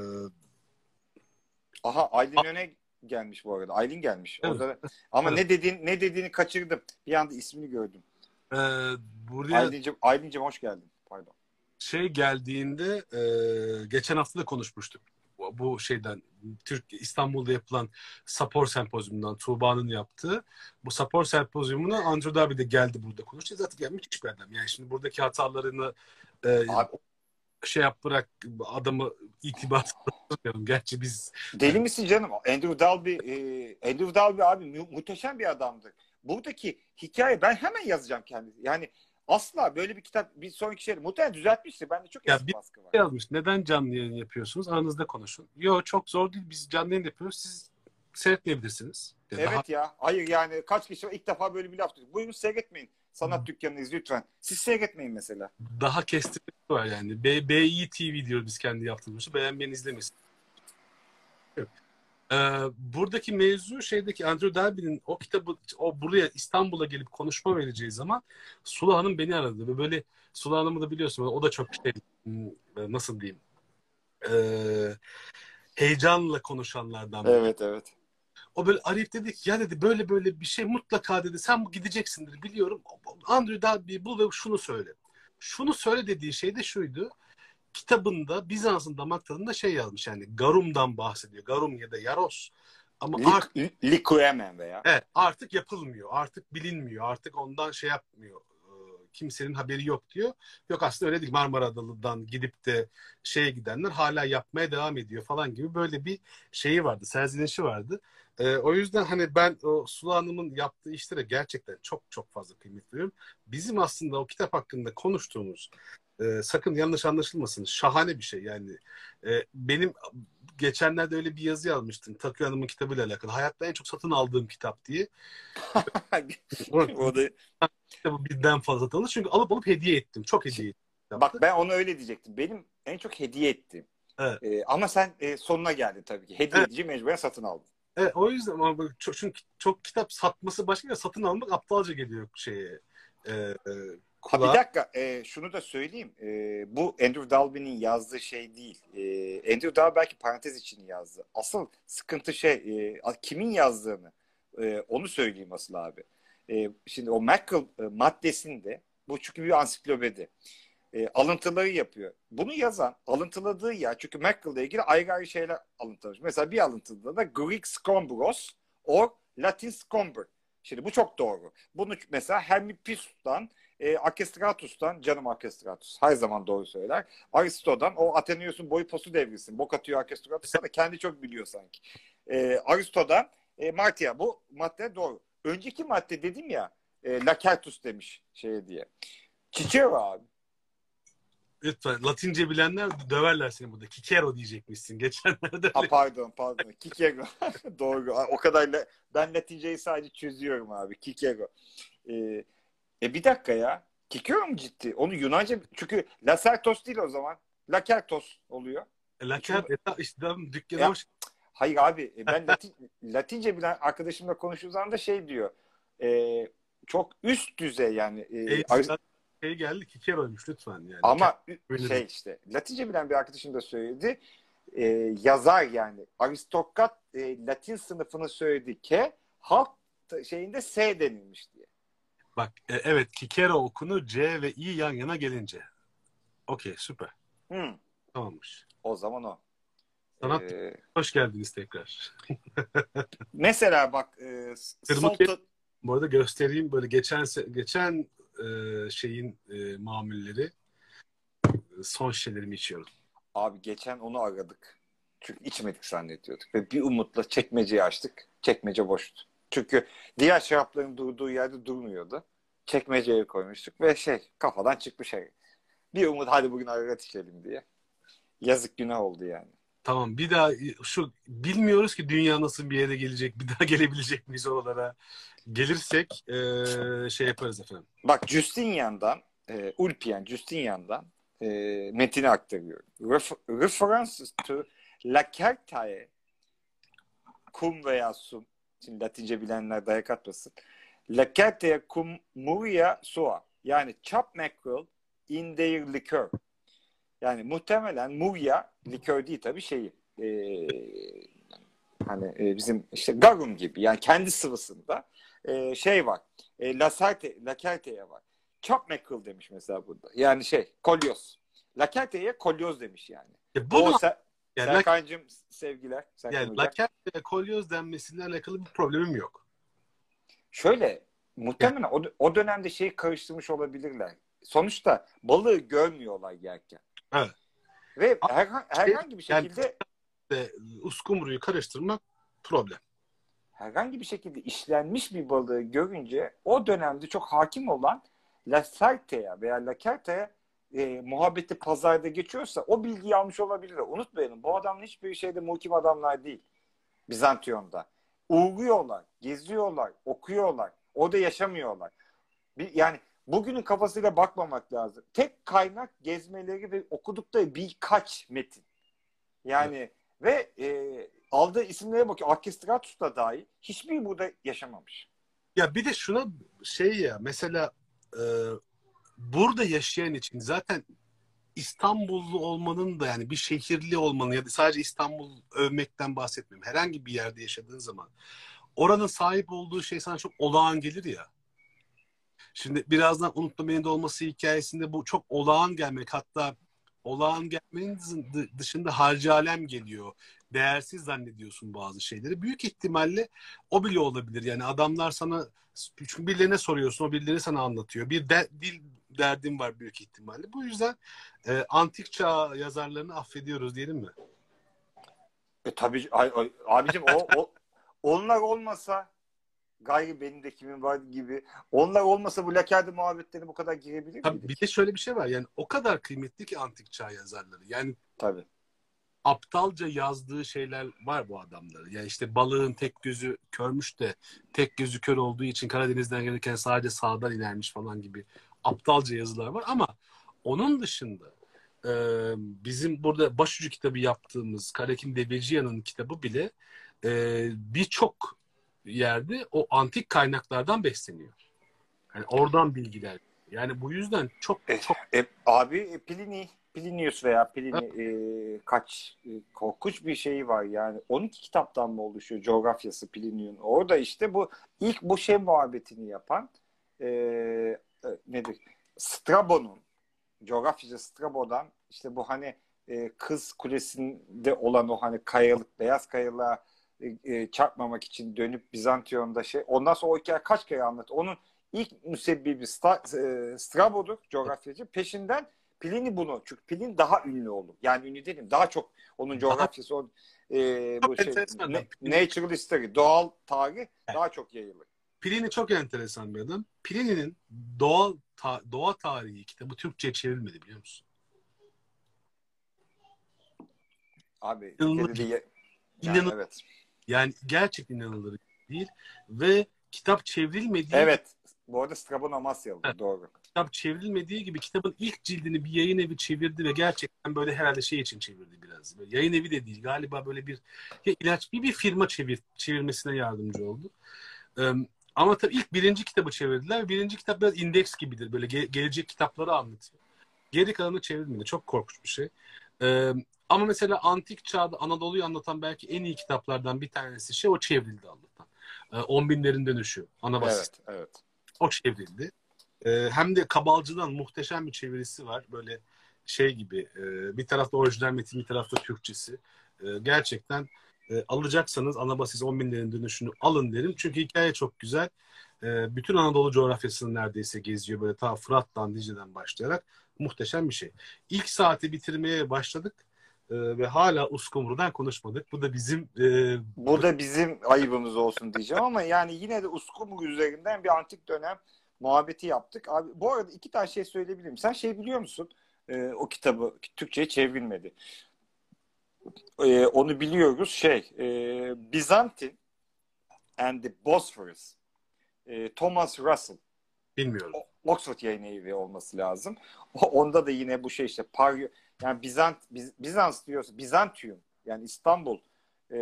Aha Aylin öne gelmiş bu arada. Aylin gelmiş. Evet. Orada ama Evet. ne dediğin ne dediğini kaçırdım. Bir anda ismini gördüm. Ee, buraya Aylin'cim, Aylin'cim hoş geldin. Pardon. şey geldiğinde e, geçen hafta da konuşmuştuk. Bu, bu şeyden Türk İstanbul'da yapılan Sapor Sempozyumundan Tuğba'nın yaptığı bu Sapor Sempozyumuna Andrew Darby de geldi burada konuştu. Zaten yani müthiş bir adam. Yani şimdi buradaki hatalarını e, Abi, şey yap bırak adamı itibat tutmayalım. Gerçi biz deli yani, misin canım? Andrew Dalby e, Andrew Dalby abi mu- muhteşem bir adamdır. Buradaki hikaye ben hemen yazacağım kendisi. Yani asla böyle bir kitap bir sonraki şey muhtemelen düzeltmiştir. Bende çok ya eski bir baskı var. şey yazmış. Neden canlı yayın yapıyorsunuz? Aranızda konuşun. Yo çok zor değil. Biz canlı yayın yapıyoruz. Siz seyretmeyebilirsiniz. Ya Evet daha ya. Hayır yani kaç kişi var? İlk defa böyle bir laf duydum. Buyurun seyretmeyin. Sanat dükkanınız lütfen. Siz seyretmeyin mesela. daha kestirmesi var yani. B, Bİ T V diyoruz biz kendi yaptığımızı. Beğenmeyen izlemesin. Ee, buradaki mevzu şeydeki Andrew Dalby'nin o kitabı o buraya İstanbul'a gelip konuşma vereceği zaman Sula Hanım beni aradı ve böyle Sula Hanım'ı da biliyorsun o da çok şey nasıl diyeyim ee, heyecanla konuşanlardan biri. Evet evet. O böyle arayıp dedi ki ya dedi böyle böyle bir şey mutlaka dedi sen bu gideceksindir biliyorum. Andrew Dalby bul ve şunu söyle. Şunu söyle dediği şey de şuydu. Kitabında Bizans'ın damak tadında şey yazmış yani Garum'dan bahsediyor. Garum ya da Yaros. Ama artık, Lik, Likuemen veya. evet, artık yapılmıyor. Artık bilinmiyor. Artık ondan şey yapmıyor. Kimsenin haberi yok diyor. Yok aslında öyle değil. Marmara Adalı'dan gidip de şeye gidenler hala yapmaya devam ediyor falan gibi böyle bir şeyi vardı. Serzenişi vardı. Ee, o yüzden hani ben o Sula Hanım'ın yaptığı işlere gerçekten çok çok fazla kıymet veriyorum. Bizim aslında o kitap hakkında konuştuğumuz e, sakın yanlış anlaşılmasın. Şahane bir şey yani. E, benim geçenlerde öyle bir yazı yazmıştım. Takı Hanım'ın kitabıyla alakalı. Hayatta en çok satın aldığım kitap diye. O da Kitabı birden fazla satın aldım. Çünkü alıp alıp hediye ettim. Çok hediye ettim. bak ben onu öyle diyecektim. Benim en çok hediye ettiğim. Evet. Ee, ama sen e, sonuna geldin tabii ki. Hediye Evet. edici mecburen satın aldın. Evet, o yüzden ama çok, çünkü çok kitap satması başka ya satın almak aptalca geliyor şeye. E, e, Ha bir kulağa. dakika e, şunu da söyleyeyim. E, bu Andrew Dalby'nin yazdığı şey değil. E, Andrew Dalby belki parantez için yazdı. Asıl sıkıntı şey e, kimin yazdığını e, onu söyleyeyim asıl abi. E, şimdi o Mackerel e, maddesinde bu çünkü bir ansiklopedi. E, alıntıları yapıyor. Bunu yazan alıntıladığı ya çünkü Mackerel'la ilgili ayrı ayrı şeyler alıntılamış. Mesela bir alıntıda da Greek Scombros or Latin Scomber. Şimdi bu çok doğru. Bunu mesela Hermippis'tan e, Arkestratus'tan canım Arkestratus her zaman doğru söyler. Aristo'dan o Ateneus'un boyu posu devrilsin. Bok atıyor Arkestratus'a da kendi çok biliyor sanki. E, Aristo'dan e, Martia bu madde doğru. Önceki madde dedim ya e, Lacertus demiş şey diye. Cicero abi. Lütfen Latince bilenler döverler seni burada. Kikero diyecekmişsin. Geçenlerde Ha, öyle. pardon pardon. Kikero. Doğru. O kadar la... ben Latinceyi sadece çözüyorum abi. Kikero. Ee, e bir dakika ya. Kikero mu ciddi? Onu Yunanca çünkü Lasertos değil o zaman. Lakertos oluyor. Laker Çünkü... işte dükkana Ya, hoş. hayır abi. Ben Latin... Latince bilen arkadaşımla konuştuğu zaman da şey diyor. E, çok üst düzey yani. E, Şey geldi Kikero'ymuş lütfen yani. ama Kendi şey işte Latince bilen bir arkadaşım da söyledi. E, yazar yani aristokrat e, Latin sınıfını söyledi ki halk şeyinde S denilmiş diye. Bak e, evet Kikero okunur C ve I yan yana gelince. Okey süper. Hmm. Tamammış. O zaman o. Sanat Ee, hoş geldiniz tekrar. mesela bak e, Kırmızı Salta... bu arada göstereyim böyle geçen geçen e, şeyin e, mamulleri son şişelerimi içiyorum. Abi geçen onu aradık. Çünkü içmedik zannediyorduk. Ve bir umutla çekmeceyi açtık. Çekmece boştu. Çünkü diğer şarapların durduğu yerde durmuyordu. Çekmeceye koymuştuk ve şey kafadan çıkmış şey. Bir umut hadi bugün ararat içelim diye. Yazık günah oldu yani. Tamam, bir daha şu bilmiyoruz ki dünya nasıl bir yere gelecek, bir daha gelebilecek miyiz oralara. Gelirsek e, şey yaparız efendim. Bak Justinian'dan e, Ulpian Justinian'dan e, metini aktarıyorum. Ref, references to La Cartae cum veya sum. Şimdi Latince bilenler dayak atmasın. La Cartae cum muria sua. Yani chop mackerel in their liquor. Yani muhtemelen muria likör değil tabii şeyi. E, hani e, bizim işte garum gibi yani kendi sıvısında e, şey var. E, Lasarte, Lacarte'ye var. Chop mackerel demiş mesela burada. Yani şey kolyoz. Lacarte'ye kolyoz demiş yani. Ya O bunu se yani, Serkan'cığım sevgiler. Serkan yani Hoca. laker ve kolyoz denmesiyle alakalı bir problemim yok. Şöyle Yani, muhtemelen o, o dönemde şeyi karıştırmış olabilirler. Sonuçta balığı görmüyorlar yerken. evet. Ve Ama herhangi, şey, herhangi bir yani şekilde de, uskumruyu karıştırmak problem. herhangi bir şekilde işlenmiş bir balığı görünce o dönemde çok hakim olan Lacerte'ye veya Lacerte'ye e, muhabbeti pazarda geçiyorsa o bilgiyi almış olabilirler. Unutmayalım bu adamın hiçbir şeyde muhkim adamlar değil. Bizantiyon'da. Uğruyorlar, geziyorlar, okuyorlar. Orada yaşamıyorlar. Bir, yani bugünün kafasıyla bakmamak lazım. Tek kaynak gezmeleri ve okudukları birkaç metin. Yani evet. Ve e, aldığı isimlere bakıyor. Arkistratus da dahil. Hiçbir burada yaşamamış. Ya bir de şuna şey ya mesela e, burada yaşayan için zaten İstanbullu olmanın da yani bir şehirli olmanın ya da sadece İstanbul övmekten bahsetmiyorum. Herhangi bir yerde yaşadığın zaman oranın sahip olduğu şey sana çok olağan gelir ya. Şimdi birazdan Unutma Beni de olması hikayesinde bu çok olağan gelmek hatta olağan gelmenin dışında harcı alem geliyor. Değersiz zannediyorsun bazı şeyleri. Büyük ihtimalle o bile olabilir. Yani adamlar sana çünkü birilerine soruyorsun o birileri sana anlatıyor. Bir de, dil derdin var büyük ihtimalle. Bu yüzden e, antik çağ yazarlarını affediyoruz diyelim mi? E tabii ay, ay, abicim o, o onlar olmasa gayri benim de kimin var gibi onlar olmasa bu lakerde muhabbetlerine bu kadar girebilir Tabii miydik? bir de şöyle bir şey var. Yani o kadar kıymetli ki antik çağ yazarları. Yani Tabii. aptalca yazdığı şeyler var bu adamların. Yani işte balığın tek gözü körmüş de tek gözü kör olduğu için Karadeniz'den gelirken sadece sağdan inermiş falan gibi aptalca yazılar var ama onun dışında e, bizim burada başucu kitabı yaptığımız Karakim Demirciyan'ın kitabı bile e, birçok yerde o antik kaynaklardan besleniyor. Yani oradan bilgiler. Yani bu yüzden çok E, çok e, abi e, Pliny Plinius veya Pliny evet, e, kaç e, korkunç bir şeyi var yani on iki kitaptan mı oluşuyor coğrafyası Plinius'un orada işte bu ilk bu şey muhabbetini yapan e, e, nedir Strabo'nun coğrafyacı Strabo'dan işte bu hani e, Kız Kulesi'nde olan o hani kayalık beyaz kayalığa e, e, çarpmamak için dönüp Bizantiyon'da şey ondan sonra o hikaye kaç kere anlat onun ilk müsebbibi Sta- e, Strabo'dur coğrafyacı. Peşinden Pliny bunu. Çünkü Pliny daha ünlü olur. Yani ünlü değilim. Daha çok onun daha coğrafyası o e, bu çok şey enteresan ne, adam. natural history, doğal tarih daha çok yayılır. Pliny çok enteresan bir adam. Pliny'nin doğal ta, doğa tarihi kitabı Türkçe'ye çevrilmedi biliyor musun? Abi İnanılır Türkiye'de de gibi. ye- yani İnanılır. evet. Yani gerçekten inanılır değil. Ve kitap çevrilmediği gibi Evet. Bu arada Strabon Amasyalı. Doğru. kitap çevrilmediği gibi kitabın ilk cildini bir yayın evi çevirdi ve gerçekten böyle herhalde şey için çevirdi biraz. Böyle yayın evi de değil galiba böyle bir ya ilaç bir bir firma çevir, çevirmesine yardımcı oldu. Ee, ama tabii ilk birinci kitabı çevirdiler. Birinci kitap biraz indeks gibidir. Böyle ge- gelecek kitapları anlatıyor. Geri kalanı çevrilmedi. Çok korkunç bir şey. Ee, ama mesela antik çağda Anadolu'yu anlatan belki en iyi kitaplardan bir tanesi şey o çevrildi anlatan. Ee, On binlerin dönüşü. Anabasis. Evet. Evet. O çevrildi. Ee, hem de Kabalcı'dan muhteşem bir çevirisi var. Böyle şey gibi e, bir tarafta orijinal metin bir tarafta Türkçesi. E, gerçekten e, alacaksanız Anabasis on binlerin dönüşünü alın derim. Çünkü hikaye çok güzel. E, bütün Anadolu coğrafyasını neredeyse geziyor. Böyle ta Fırat'tan Dicle'den başlayarak muhteşem bir şey. İlk saati bitirmeye başladık. E, ve hala uskumrudan konuşmadık. Bu da bizim e, Bu da bizim ayıbımız olsun diyeceğim ama yani yine de Uskumru üzerinden bir antik dönem muhabbeti yaptık. Abi bu arada iki tane şey söyleyebilirim. Sen şey biliyor musun? Ee, o kitabı Türkçe'ye çevrilmedi. Ee, onu biliyoruz. Şey, e, Byzantine and the Bosphorus. Ee, Thomas Russell. bilmiyorum. O- Oxford Yayın Evi olması lazım. O- Onda da yine bu şey işte Paryo, yani Bizant, Biz- Bizans diyorsa Bizantium yani İstanbul e,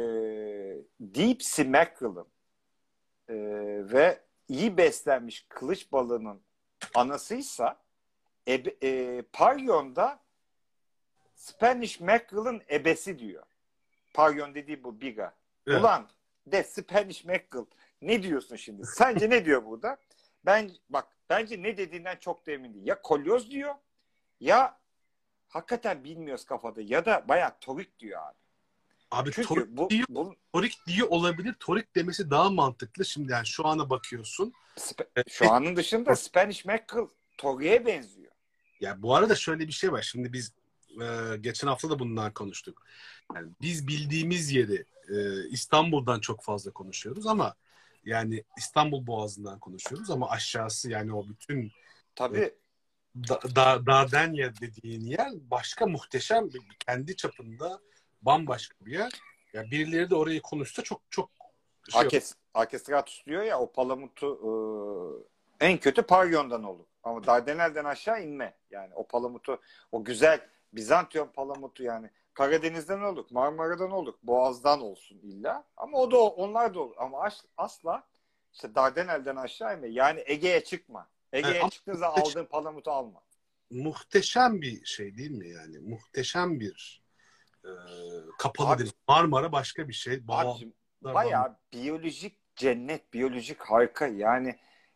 Deep Sea Mackerel'ın e, ve iyi beslenmiş kılıç balığının anasıysa ebe, e, Paryon'da Spanish Mackerel'ın ebesi diyor. Paryon dediği bu biga. Evet. Ulan de Spanish Mackerel ne diyorsun şimdi? Sence ne diyor burada? Ben bak bence ne dediğinden çok da emin değil. Ya kolyoz diyor ya hakikaten bilmiyoruz kafada ya da bayağı torik diyor abi. Abi Çünkü torik bu, diyor, bu torik diyor olabilir. Torik demesi daha mantıklı. Şimdi yani şu ana bakıyorsun. şu anın dışında Spanish Mackerel toriğe benziyor. Ya bu arada şöyle bir şey var. Şimdi biz e, geçen hafta da bundan konuştuk. Yani biz bildiğimiz yeri e, İstanbul'dan çok fazla konuşuyoruz ama yani İstanbul Boğazı'ndan konuşuyoruz ama aşağısı yani o bütün e, Tabii da, da, Dardenya dediğin yer başka muhteşem bir kendi çapında bambaşka bir yer. Ya birileri de orayı konuşsa çok çok şey olur. Akes, Akestratus diyor ya o palamutu e, en kötü Paryon'dan olur. Ama Dardanel'den aşağı inme. Yani o palamutu o güzel Bizantiyon palamutu yani Karadeniz'den olur, Marmara'dan olur, Boğaz'dan olsun illa. Ama o da onlar da olur. Ama as, asla işte Dardanel'den aşağı inme. Yani Ege'ye çıkma. Yani Ege'ye ama çıktığın zaman aldığın palamutu alma. muhteşem bir şey değil mi yani? Muhteşem bir e, kapalı Abi, deniz. Marmara başka bir şey. Boğazlar abicim bambaşka. bayağı biyolojik cennet, biyolojik harika. Yani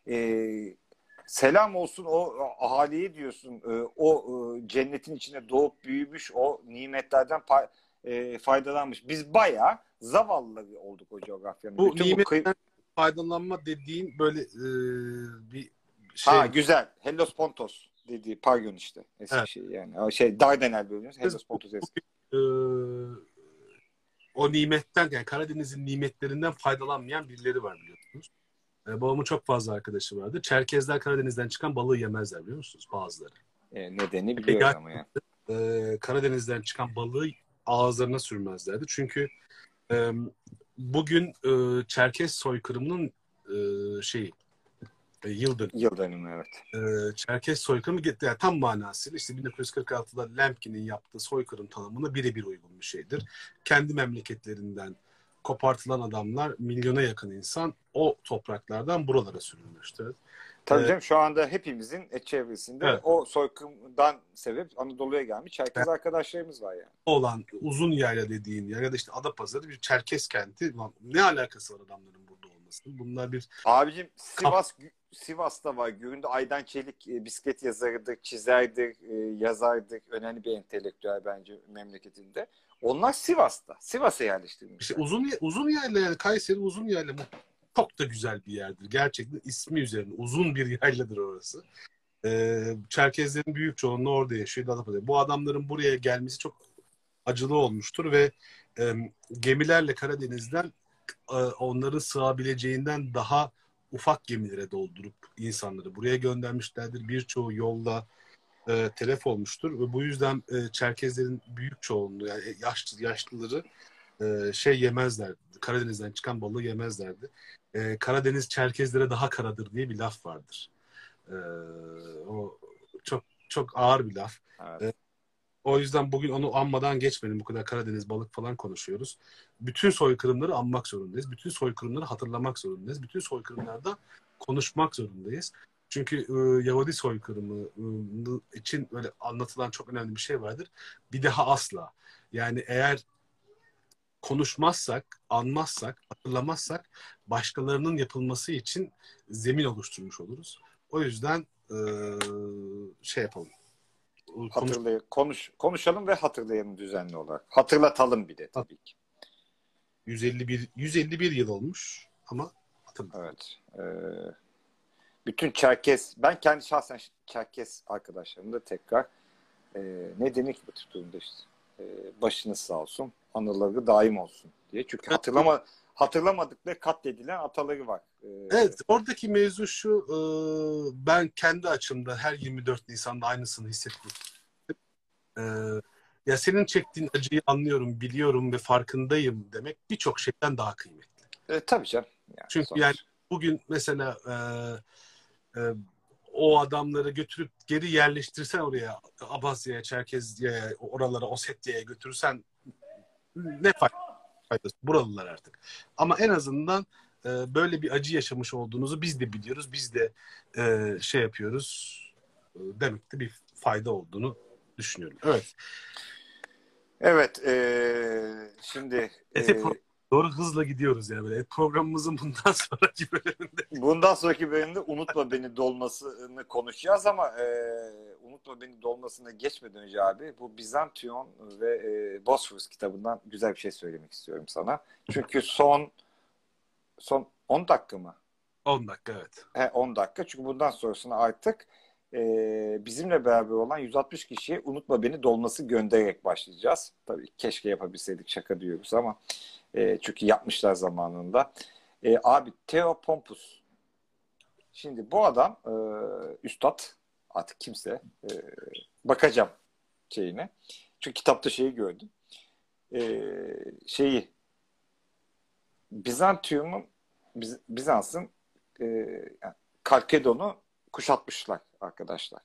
e, selam olsun o ahaliye diyorsun. E, o e, cennetin içinde doğup büyümüş, o nimetlerden pa- e, faydalanmış. Biz bayağı zavallıları olduk o coğrafyanın. Bu Bütün bu kıy- nimetten faydalanma dediğin böyle e, bir ha şey. güzel. Hellespontos dediği Paryon işte. Evet. Eski şey yani. O şey Dardanel bölgesi. Biz Hellespontos eski. bugün e, o nimetten yani Karadeniz'in nimetlerinden faydalanmayan birileri var biliyorsunuz. E, babamın çok fazla arkadaşı vardı. Çerkezler Karadeniz'den çıkan balığı yemezler biliyor musunuz bazıları. E, nedeni E, biliyoruz ya, ama yani. e, Karadeniz'den çıkan balığı ağızlarına sürmezlerdi. Çünkü e, bugün e, Çerkez soykırımının e, şeyi e, yıl dönümü. Yıl dönümü evet. E, Çerkez soykırımı gitti. Yani tam manasıyla işte bin dokuz yüz kırk altıda Lemkin'in yaptığı soykırım tanımına birebir uygun bir şeydir. Kendi memleketlerinden kopartılan adamlar milyona yakın insan o topraklardan buralara sürülmüştür. Tabii E, canım şu anda hepimizin çevresinde evet. o soykırımdan sebep Anadolu'ya gelmiş Çerkez arkadaşlarımız var yani. Olan uzun yayla dediğin yer ya da işte Adapazarı bir Çerkez kenti. Lan ne alakası var adamların burada olmasının? Bunlar bir Abicim kap Sivas Sivas'ta var. Güründe Aydan Çelik e, bisiklet yazarıdır, çizerdir, e, yazardır. Önemli bir entelektüel bence memleketinde. Onlar Sivas'ta. Sivas'a yerleştirilmiş. işte uzun uzun yayla yani Kayseri uzun yayla çok da güzel bir yerdir. Gerçekten ismi üzerine uzun bir yayladır orası. Ee, Çerkezlerin büyük çoğunluğu orada yaşıyor. Adapazarı. Bu adamların buraya gelmesi çok acılı olmuştur ve e, gemilerle Karadeniz'den e, onların sığabileceğinden daha ufak gemilere doldurup insanları buraya göndermişlerdir. Birçoğu yolda e, telef olmuştur ve bu yüzden e, Çerkezlerin büyük çoğunluğu yani yaşlı yaşlıları e, şey yemezler. Karadeniz'den çıkan balığı yemezlerdi. E, Karadeniz Çerkezlere daha karadır diye bir laf vardır. E, o çok çok ağır bir laf. Evet. E, o yüzden bugün onu anmadan geçmeyelim. Bu kadar Karadeniz balık falan konuşuyoruz. Bütün soykırımları anmak zorundayız. Bütün soykırımları hatırlamak zorundayız. Bütün soykırımlarda konuşmak zorundayız. Çünkü e, Yahudi soykırımı e, için böyle anlatılan çok önemli bir şey vardır. Bir daha asla. Yani eğer konuşmazsak, anmazsak, hatırlamazsak başkalarının yapılması için zemin oluşturmuş oluruz. O yüzden e, şey yapalım. Konuş Hatırlay konuş konuşalım ve hatırlayalım düzenli olarak. Hatırlatalım bir de tabii ki. yüz elli bir yüz elli bir yıl olmuş ama hatırladım. Evet. Ee, bütün Çerkez, ben kendi şahsen Çerkez arkadaşlarımı da tekrar e, ne denir ki bu tür durumda işte. başınız sağ olsun. Anıları daim olsun diye. Çünkü hatırlama hatırlamadıkları katledilen ataları var. E, Evet, oradaki mevzu şu, e, ben kendi açımda her yirmi dört Nisan'da aynısını hissettim. E, ya senin çektiğin acıyı anlıyorum, biliyorum ve farkındayım demek birçok şeyden daha kıymetli. E, tabii canım. Yani Çünkü sonuç. yani bugün mesela e, e, o adamları götürüp geri yerleştirsen oraya, Abazya'ya, Çerkezce'ye, oralara, Ossetya'ya götürürsen ne faydası? Buralılar artık. Ama en azından e, böyle bir acı yaşamış olduğunuzu biz de biliyoruz. Biz de e, şey yapıyoruz. E, demek de bir fayda olduğunu düşünüyorum. Evet. Evet. E, şimdi Ete e, doğru hızla gidiyoruz yani böyle. Programımızın bundan sonraki bölümünde. bundan sonraki bölümde Unutma Beni dolmasını konuşacağız ama e, Unutma Beni dolmasına geçmeden önce abi bu Bizantiyon ve e, Bosphorus kitabından güzel bir şey söylemek istiyorum sana. Çünkü son son on dakika mı? on dakika evet. He, on dakika. Çünkü bundan sonrasını artık e, bizimle beraber olan yüz altmış kişiye Unutma Beni dolması göndererek başlayacağız. Tabii keşke yapabilseydik, şaka diyoruz ama e, çünkü yapmışlar zamanında. E, abi Theo Pompus. Şimdi bu adam e, üstad, artık kimse e, bakacağım şeyine. Çünkü kitapta şeyi gördüm. E, şeyi Bizantium'un Biz, Bizans'ın e, yani Kalkedon'u kuşatmışlar arkadaşlar.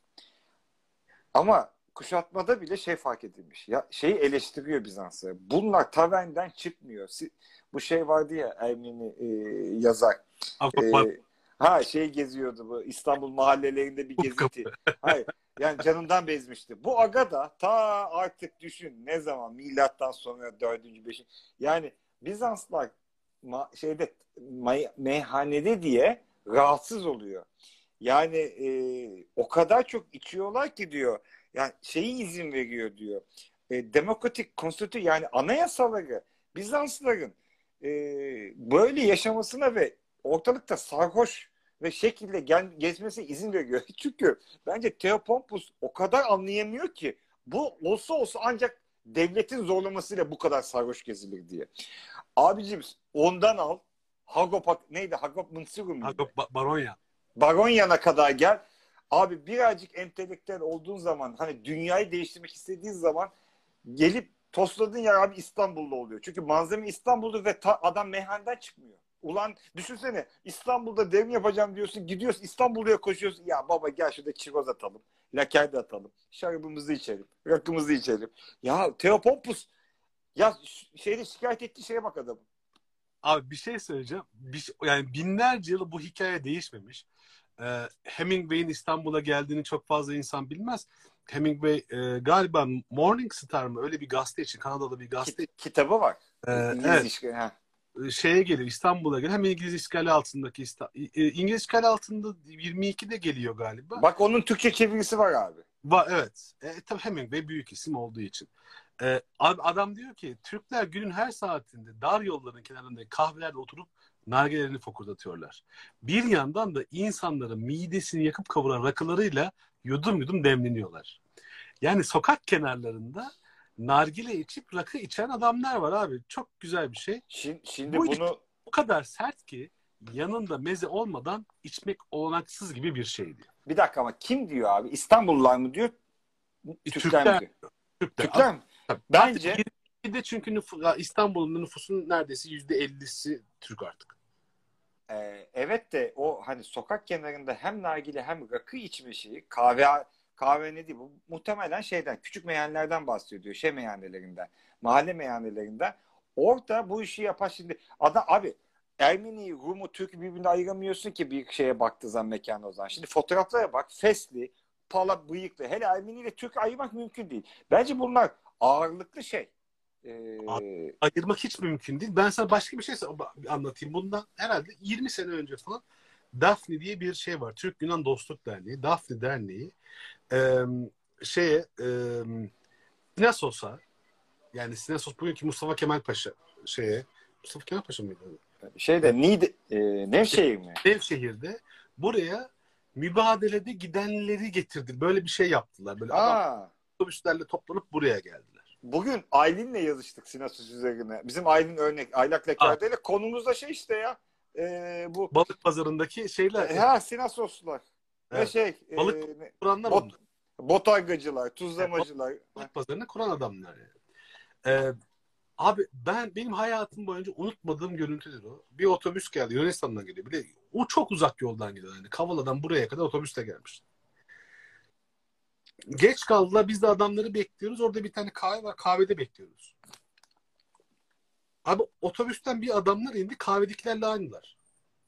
Ama kuşatmada bile şey fark edilmiş. Ya şeyi eleştiriyor Bizans'ı. Bunlar Tavern'den çıkmıyor. Bu şey vardı ya, Ermeni e, yazar. E, ha şey geziyordu bu İstanbul mahallelerinde bir geziti. Hayır. Yani canından bezmişti. Bu aga da ta artık düşün ne zaman milattan sonra dördüncü beşinci yani Bizanslar ma, şeyde may, meyhanede diye rahatsız oluyor. Yani e, o kadar çok içiyorlar ki diyor. Yani şeyi izin veriyor diyor. E, demokratik konstitü yani anayasaları Bizansların e, böyle yaşamasına ve ortalıkta sarhoş ve şekilde gel, gezmesine izin veriyor. Çünkü bence Theopompus o kadar anlayamıyor ki bu olsa olsa ancak devletin zorlamasıyla bu kadar sarhoş gezilir diye. Abicim ondan al. Hagop neydi? Hagop Mınsirum muydu? Hagop Baronya. Baronyan'a kadar gel. Abi birazcık entelektüel olduğun zaman hani dünyayı değiştirmek istediğin zaman gelip tosladığın yer abi İstanbul'da oluyor. Çünkü malzeme İstanbul'da ve ta- adam meyhaneden çıkmıyor. Ulan düşünsene İstanbul'da devrim yapacağım diyorsun, gidiyorsun İstanbul'a koşuyorsun. Ya baba gel şurada çiroz atalım. Lakerde atalım. Şarabımızı içelim. Rakımızı içelim. Ya Theopompus ya şeyde şikayet ettiği şeye bak adamın. Abi bir şey söyleyeceğim. Bir şey, yani binlerce yıl bu hikaye değişmemiş. Ee, Hemingway'in İstanbul'a geldiğini çok fazla insan bilmez. Hemingway e, galiba Morning Star mı öyle bir gazete için, Kanadalı bir gazete Kit- kitabı var. Ee, İngiliz evet. işgali. Ha. Şeye geliyor, İstanbul'a geliyor. Hem İngiliz işgali altındaki İngiliz işgali altında yirmi ikide geliyor galiba. Bak onun Türkçe çevirisi var abi. Va, evet. E, tabii Hemingway büyük isim olduğu için. E, adam diyor ki Türkler günün her saatinde dar yolların kenarında kahvelerde oturup nargilelerini fokurdatıyorlar. Bir yandan da insanların midesini yakıp kavuran rakılarıyla yudum yudum demleniyorlar. Yani sokak kenarlarında nargile içip rakı içen adamlar var abi. Çok güzel bir şey. Şimdi, şimdi Bu bunu o kadar sert ki yanında meze olmadan içmek olanaksız gibi bir şeydi. bir dakika ama kim diyor abi? İstanbullular mı diyor? E, Türkler, Türkler mi diyor? Türkler. Türkler mi? Tabii. Bence de çünkü nüf- İstanbul'un nüfusunun neredeyse yüzde ellisi Türk artık. e, evet de o hani sokak kenarında hem nargile hem rakı içme şeyi kahve kahve ne değil bu muhtemelen şeyden küçük meyhanelerden bahsediyor. Şey meyhanelerinden. Mahalle meyhanelerinden. Orada bu işi yapar şimdi. Adam abi Ermeni, Rum'u, Türk'ü birbirine ayıramıyorsun ki bir şeye baktığı zaman mekana o zaman. Şimdi fotoğraflara bak. Fesli, pala bıyıklı. Hele Ermeni ile Türk ayırmak mümkün değil. Bence bunlar ağırlıklı şey. Ee... Ayırmak hiç mümkün değil. Ben sana başka bir şey anlatayım. Bundan herhalde yirmi sene önce falan Daphne diye bir şey var. Türk-Yunan Dostluk Derneği. Daphne Derneği ee, şeye e, Sinesos'a yani Sinesos bugünkü Mustafa Kemal Paşa şeye Mustafa Kemal Paşa mıydı? Şeyde Niğde, e, Nevşehir mi? Nevşehir'de buraya mübadelede gidenleri getirdi. Böyle bir şey yaptılar. Böyle Aa. adam otobüslerle toplanıp buraya geldiler. Bugün Aylin'le yazıştık Sinasus üzerine. Bizim Aylin örnek. Aylak Leker'de konumuz da şey işte ya. E, bu Balık pazarındaki şeyler. e, ha Sinasoslar. Ve Evet. şey Balık e, kuranlar bot, onlar. botargacılar, Yani balık, tuzlamacılar. balık pazarını kuran adamlar yani. Ee, abi ben benim hayatım boyunca unutmadığım görüntüdür o. Bir otobüs geldi. Yunanistan'dan geliyor. Bir de o çok uzak yoldan gidiyor. Yani Kavala'dan buraya kadar otobüsle gelmiş. Geç kaldılar. Biz de adamları bekliyoruz. Orada bir tane kahve var. Kahvede bekliyoruz. Abi otobüsten bir adamlar indi. Kahvedekilerle aynılar.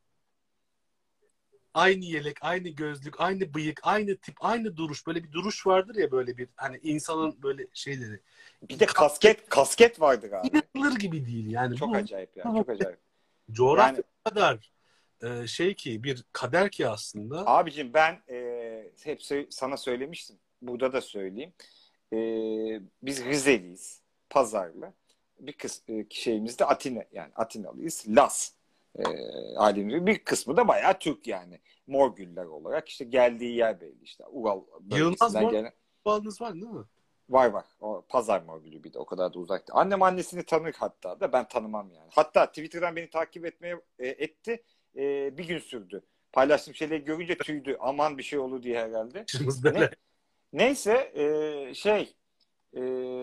Aynı yelek, aynı gözlük, aynı bıyık, aynı tip, aynı duruş. Böyle bir duruş vardır ya, böyle bir hani insanın böyle şeyleri. Bir de kasket kasket vardı galiba. İnanılır gibi değil yani. Çok Bu, acayip ya. Çok acayip. coğrafya Yani kadar e, şey ki, bir kader ki aslında. abicim ben e, hep sö- sana söylemiştim. Burada da söyleyeyim. E, biz Rizeliyiz. Pazarlı. Bir kız e, şeyimiz de Atina, yani Atinalıyız. Las. E, ailemizin bir kısmı da bayağı Türk yani. Morgüller olarak işte geldiği yer belli işte. Ural Yılmaz bölgesinden gelen. Morgul'unuz var değil mi? Var var. O pazar morgülü bir de o kadar da uzakta. Annem annesini tanır hatta da ben tanımam yani. Hatta Twitter'dan beni takip etmeye e, etti. E, bir gün sürdü. Paylaştığım şeyleri görünce tüydü. Aman bir şey olur diye herhalde. Ne, neyse e, şey e,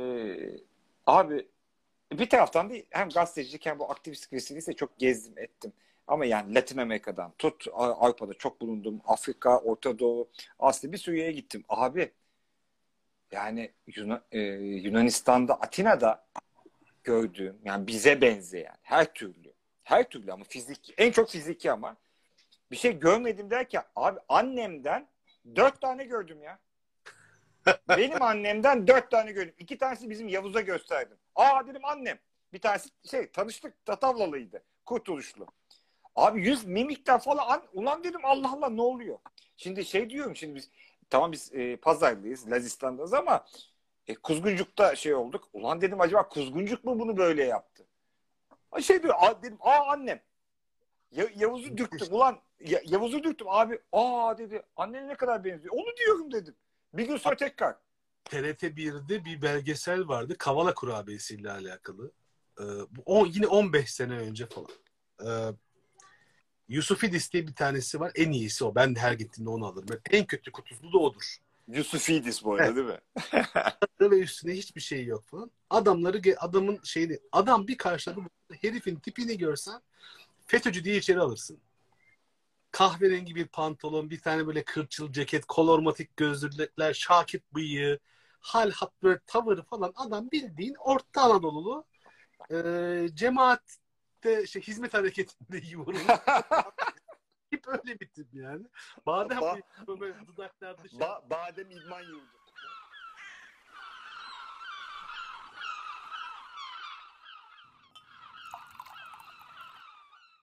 abi bir taraftan da hem gazetecilik hem bu aktivist kesinlikle çok gezdim ettim. Ama yani Latin Amerika'dan tut Avrupa'da çok bulundum. Afrika, Orta Doğu, Asya bir sürü yere gittim. Abi yani Yunan, e, Yunanistan'da, Atina'da gördüğüm yani bize benzeyen her türlü her türlü ama fiziki en çok fiziki ama bir şey görmedim derken abi annemden dört tane gördüm ya. Benim annemden dört tane gördüm. İki tanesi bizim Yavuz'a gösterdim. Aa dedim annem. Bir tanesi şey tanıştık Tatavlalıydı. Kurtuluşlu. Abi yüz mimikten falan ulan dedim Allah Allah ne oluyor? Şimdi şey diyorum şimdi biz tamam biz e, Pazarlıyız, Lazistan'dayız ama e, Kuzguncuk'ta şey olduk. Ulan dedim acaba Kuzguncuk mu bunu böyle yaptı? Şey diyor a, dedim aa annem. Ya, Yavuz'u dürttüm ulan ya, Yavuz'u dürttüm abi. Aa dedi annene ne kadar benziyor. Onu diyorum dedim. Bir gün sonra tekrar. T R T birde bir belgesel vardı. Kavala kurabiyesiyle alakalı. Ee, bu on, yine on beş sene önce falan. Ee, Yusufidis diye bir tanesi var. En iyisi o. Ben de her gittiğimde onu alırım. En kötü kutusu da odur. Yusufidis bu arada değil mi? Ve üstüne hiçbir şey yok falan. Adamları, adamın şeyini, adam bir karşıladı. Herifin tipini görsen FETÖ'cü diye içeri alırsın. Kahverengi bir pantolon, bir tane böyle kırçıl ceket, kolormatik gözlükler, şakit bıyığı, hal hat böyle tavırı falan, adam bildiğin Orta Anadolu'lu e, cemaatte şey, hizmet hareketinde yoğurmuş. Hep öyle bir tip yani. Badem ba- böyle dudaklar dışarı. ba- badem idman yurdu.